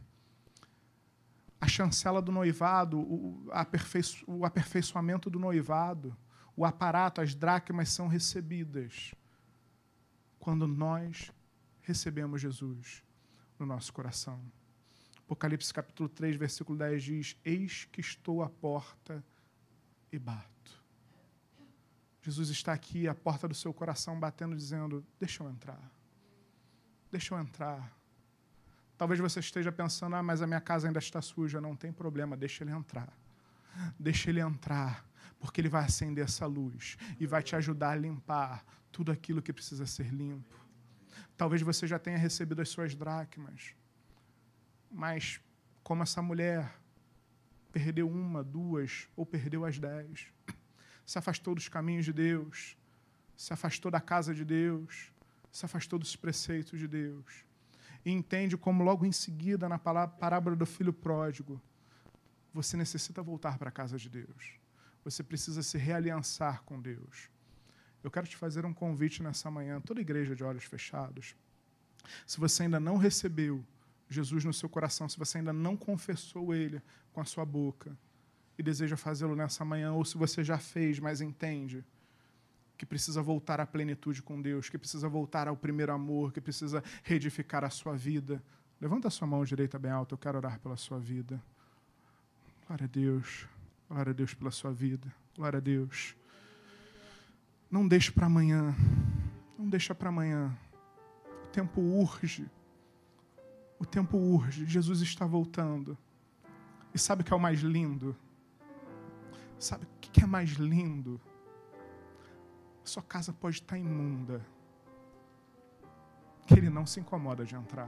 A chancela do noivado, o aperfeiçoamento do noivado, o aparato, as dracmas são recebidas quando nós recebemos Jesus no nosso coração. Apocalipse capítulo 3, versículo 10 diz, eis que estou à porta e bato. Jesus está aqui, à porta do seu coração, batendo, dizendo, deixa eu entrar. Deixa eu entrar. Talvez você esteja pensando, mas a minha casa ainda está suja. Não tem problema, deixa ele entrar. Deixa ele entrar, porque ele vai acender essa luz e vai te ajudar a limpar tudo aquilo que precisa ser limpo. Talvez você já tenha recebido as suas dracmas, mas como essa mulher perdeu 1, 2 ou perdeu as 10, se afastou dos caminhos de Deus, se afastou da casa de Deus, se afastou dos preceitos de Deus, e entende como logo em seguida, na parábola do filho pródigo, você necessita voltar para a casa de Deus. Você precisa se realiançar com Deus. Eu quero te fazer um convite nessa manhã, toda igreja de olhos fechados. Se você ainda não recebeu Jesus no seu coração, se você ainda não confessou Ele com a sua boca e deseja fazê-lo nessa manhã, ou se você já fez, mas entende que precisa voltar à plenitude com Deus, que precisa voltar ao primeiro amor, que precisa reedificar a sua vida, levanta a sua mão direita bem alta, eu quero orar pela sua vida. Glória a Deus pela sua vida, glória a Deus. Não deixe para amanhã, não deixa para amanhã. O tempo urge. O tempo urge. Jesus está voltando. E sabe o que é o mais lindo? Sabe o que é mais lindo? Sua casa pode estar imunda, que Ele não se incomoda de entrar.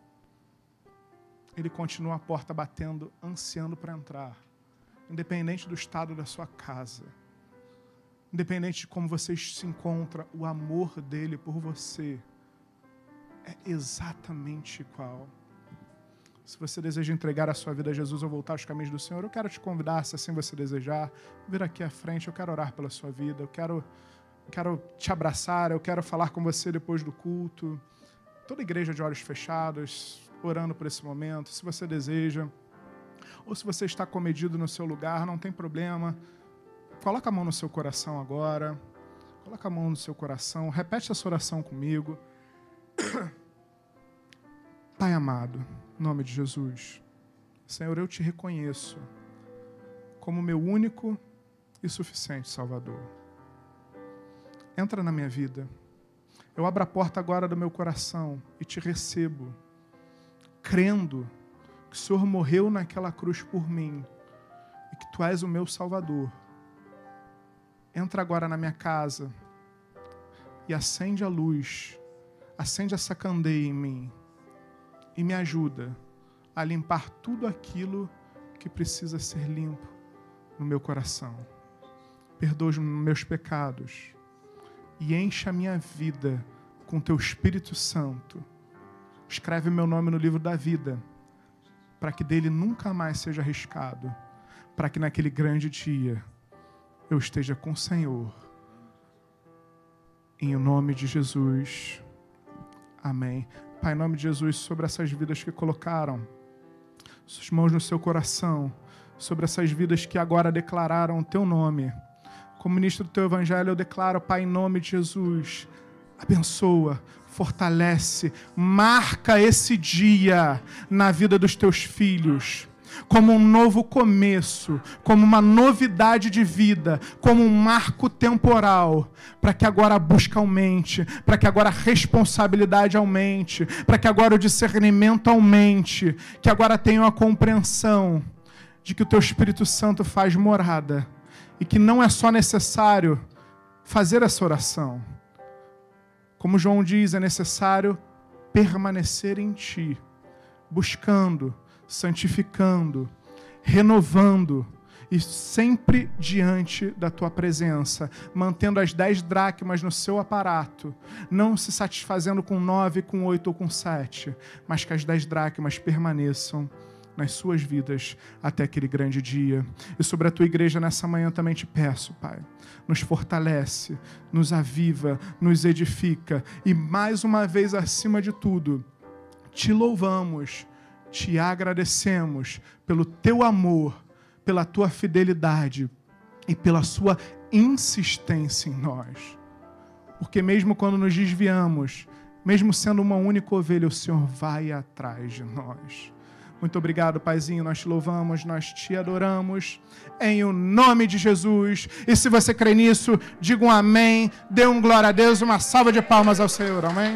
Ele continua a porta batendo, ansiando para entrar. Independente do estado da sua casa. Independente de como você se encontra, o amor dele por você é exatamente igual. Se você deseja entregar a sua vida a Jesus ou voltar aos caminhos do Senhor, eu quero te convidar, se assim você desejar, vir aqui à frente, eu quero orar pela sua vida, eu quero te abraçar, eu quero falar com você depois do culto. Toda igreja de olhos fechados, orando por esse momento, se você deseja, ou se você está comedido no seu lugar, não tem problema. Coloca a mão no seu coração agora. Coloca a mão no seu coração. Repete essa oração comigo. Pai amado, em nome de Jesus, Senhor, eu te reconheço como meu único e suficiente Salvador. Entra na minha vida. Eu abro a porta agora do meu coração e te recebo, crendo que o Senhor morreu naquela cruz por mim e que Tu és o meu Salvador. Entra agora na minha casa e acende a luz, acende essa candeia em mim e me ajuda a limpar tudo aquilo que precisa ser limpo no meu coração. Perdoa os meus pecados e enche a minha vida com Teu Espírito Santo. Escreve meu nome no livro da vida, para que dele nunca mais seja arriscado, para que naquele grande dia eu esteja com o Senhor. Em nome de Jesus. Amém. Pai, em nome de Jesus, sobre essas vidas que colocaram suas mãos no seu coração, sobre essas vidas que agora declararam o Teu nome. Como ministro do Teu Evangelho, eu declaro, Pai, em nome de Jesus, abençoa, fortalece, marca esse dia na vida dos Teus filhos, como um novo começo, como uma novidade de vida, como um marco temporal, para que agora a busca aumente, para que agora a responsabilidade aumente, para que agora o discernimento aumente, que agora tenham a compreensão de que o Teu Espírito Santo faz morada e que não é só necessário fazer essa oração. Como João diz, é necessário permanecer em Ti, buscando, santificando, renovando e sempre diante da Tua presença, mantendo as 10 dracmas no seu aparato, não se satisfazendo com 9, com 8 ou com 7, mas que as 10 dracmas permaneçam nas suas vidas até aquele grande dia. E sobre a Tua igreja nessa manhã também te peço, Pai, nos fortalece, nos aviva, nos edifica e mais uma vez, acima de tudo, te louvamos, te agradecemos pelo Teu amor, pela Tua fidelidade e pela Sua insistência em nós. Porque mesmo quando nos desviamos, mesmo sendo uma única ovelha, o Senhor vai atrás de nós. Muito obrigado, Paizinho, nós te louvamos, nós te adoramos, em o nome de Jesus. E se você crê nisso, diga um amém, dê um glória a Deus, uma salva de palmas ao Senhor, amém?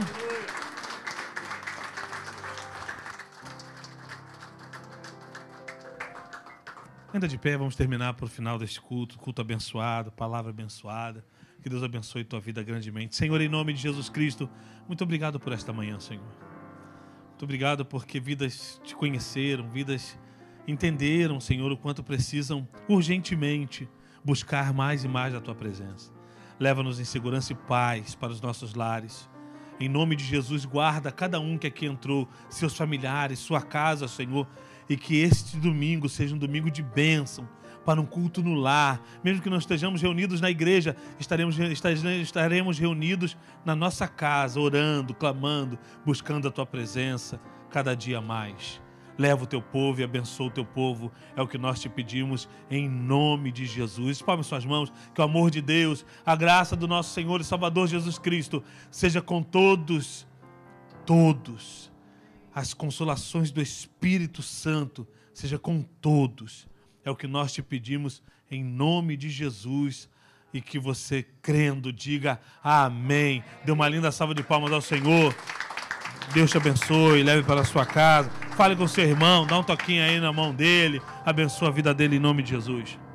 Ainda de pé, vamos terminar para o final deste culto, culto abençoado, palavra abençoada. Que Deus abençoe tua vida grandemente. Senhor, em nome de Jesus Cristo, muito obrigado por esta manhã, Senhor. Muito obrigado porque vidas te conheceram, vidas entenderam, Senhor, o quanto precisam urgentemente buscar mais e mais a tua presença. Leva-nos em segurança e paz para os nossos lares. Em nome de Jesus, guarda cada um que aqui entrou, seus familiares, sua casa, Senhor, e que este domingo seja um domingo de bênção, para um culto no lar. Mesmo que não estejamos reunidos na igreja, estaremos reunidos na nossa casa, orando, clamando, buscando a tua presença cada dia mais. Leva o teu povo e abençoa o teu povo. É o que nós te pedimos em nome de Jesus. Palme suas mãos, que o amor de Deus, a graça do nosso Senhor e Salvador Jesus Cristo seja com todos. As consolações do Espírito Santo seja com todos. É o que nós te pedimos em nome de Jesus. E que você, crendo, diga amém. Dê uma linda salva de palmas ao Senhor. Deus te abençoe, leve para a sua casa. Fale com seu irmão, dá um toquinho aí na mão dele. Abençoa a vida dele em nome de Jesus.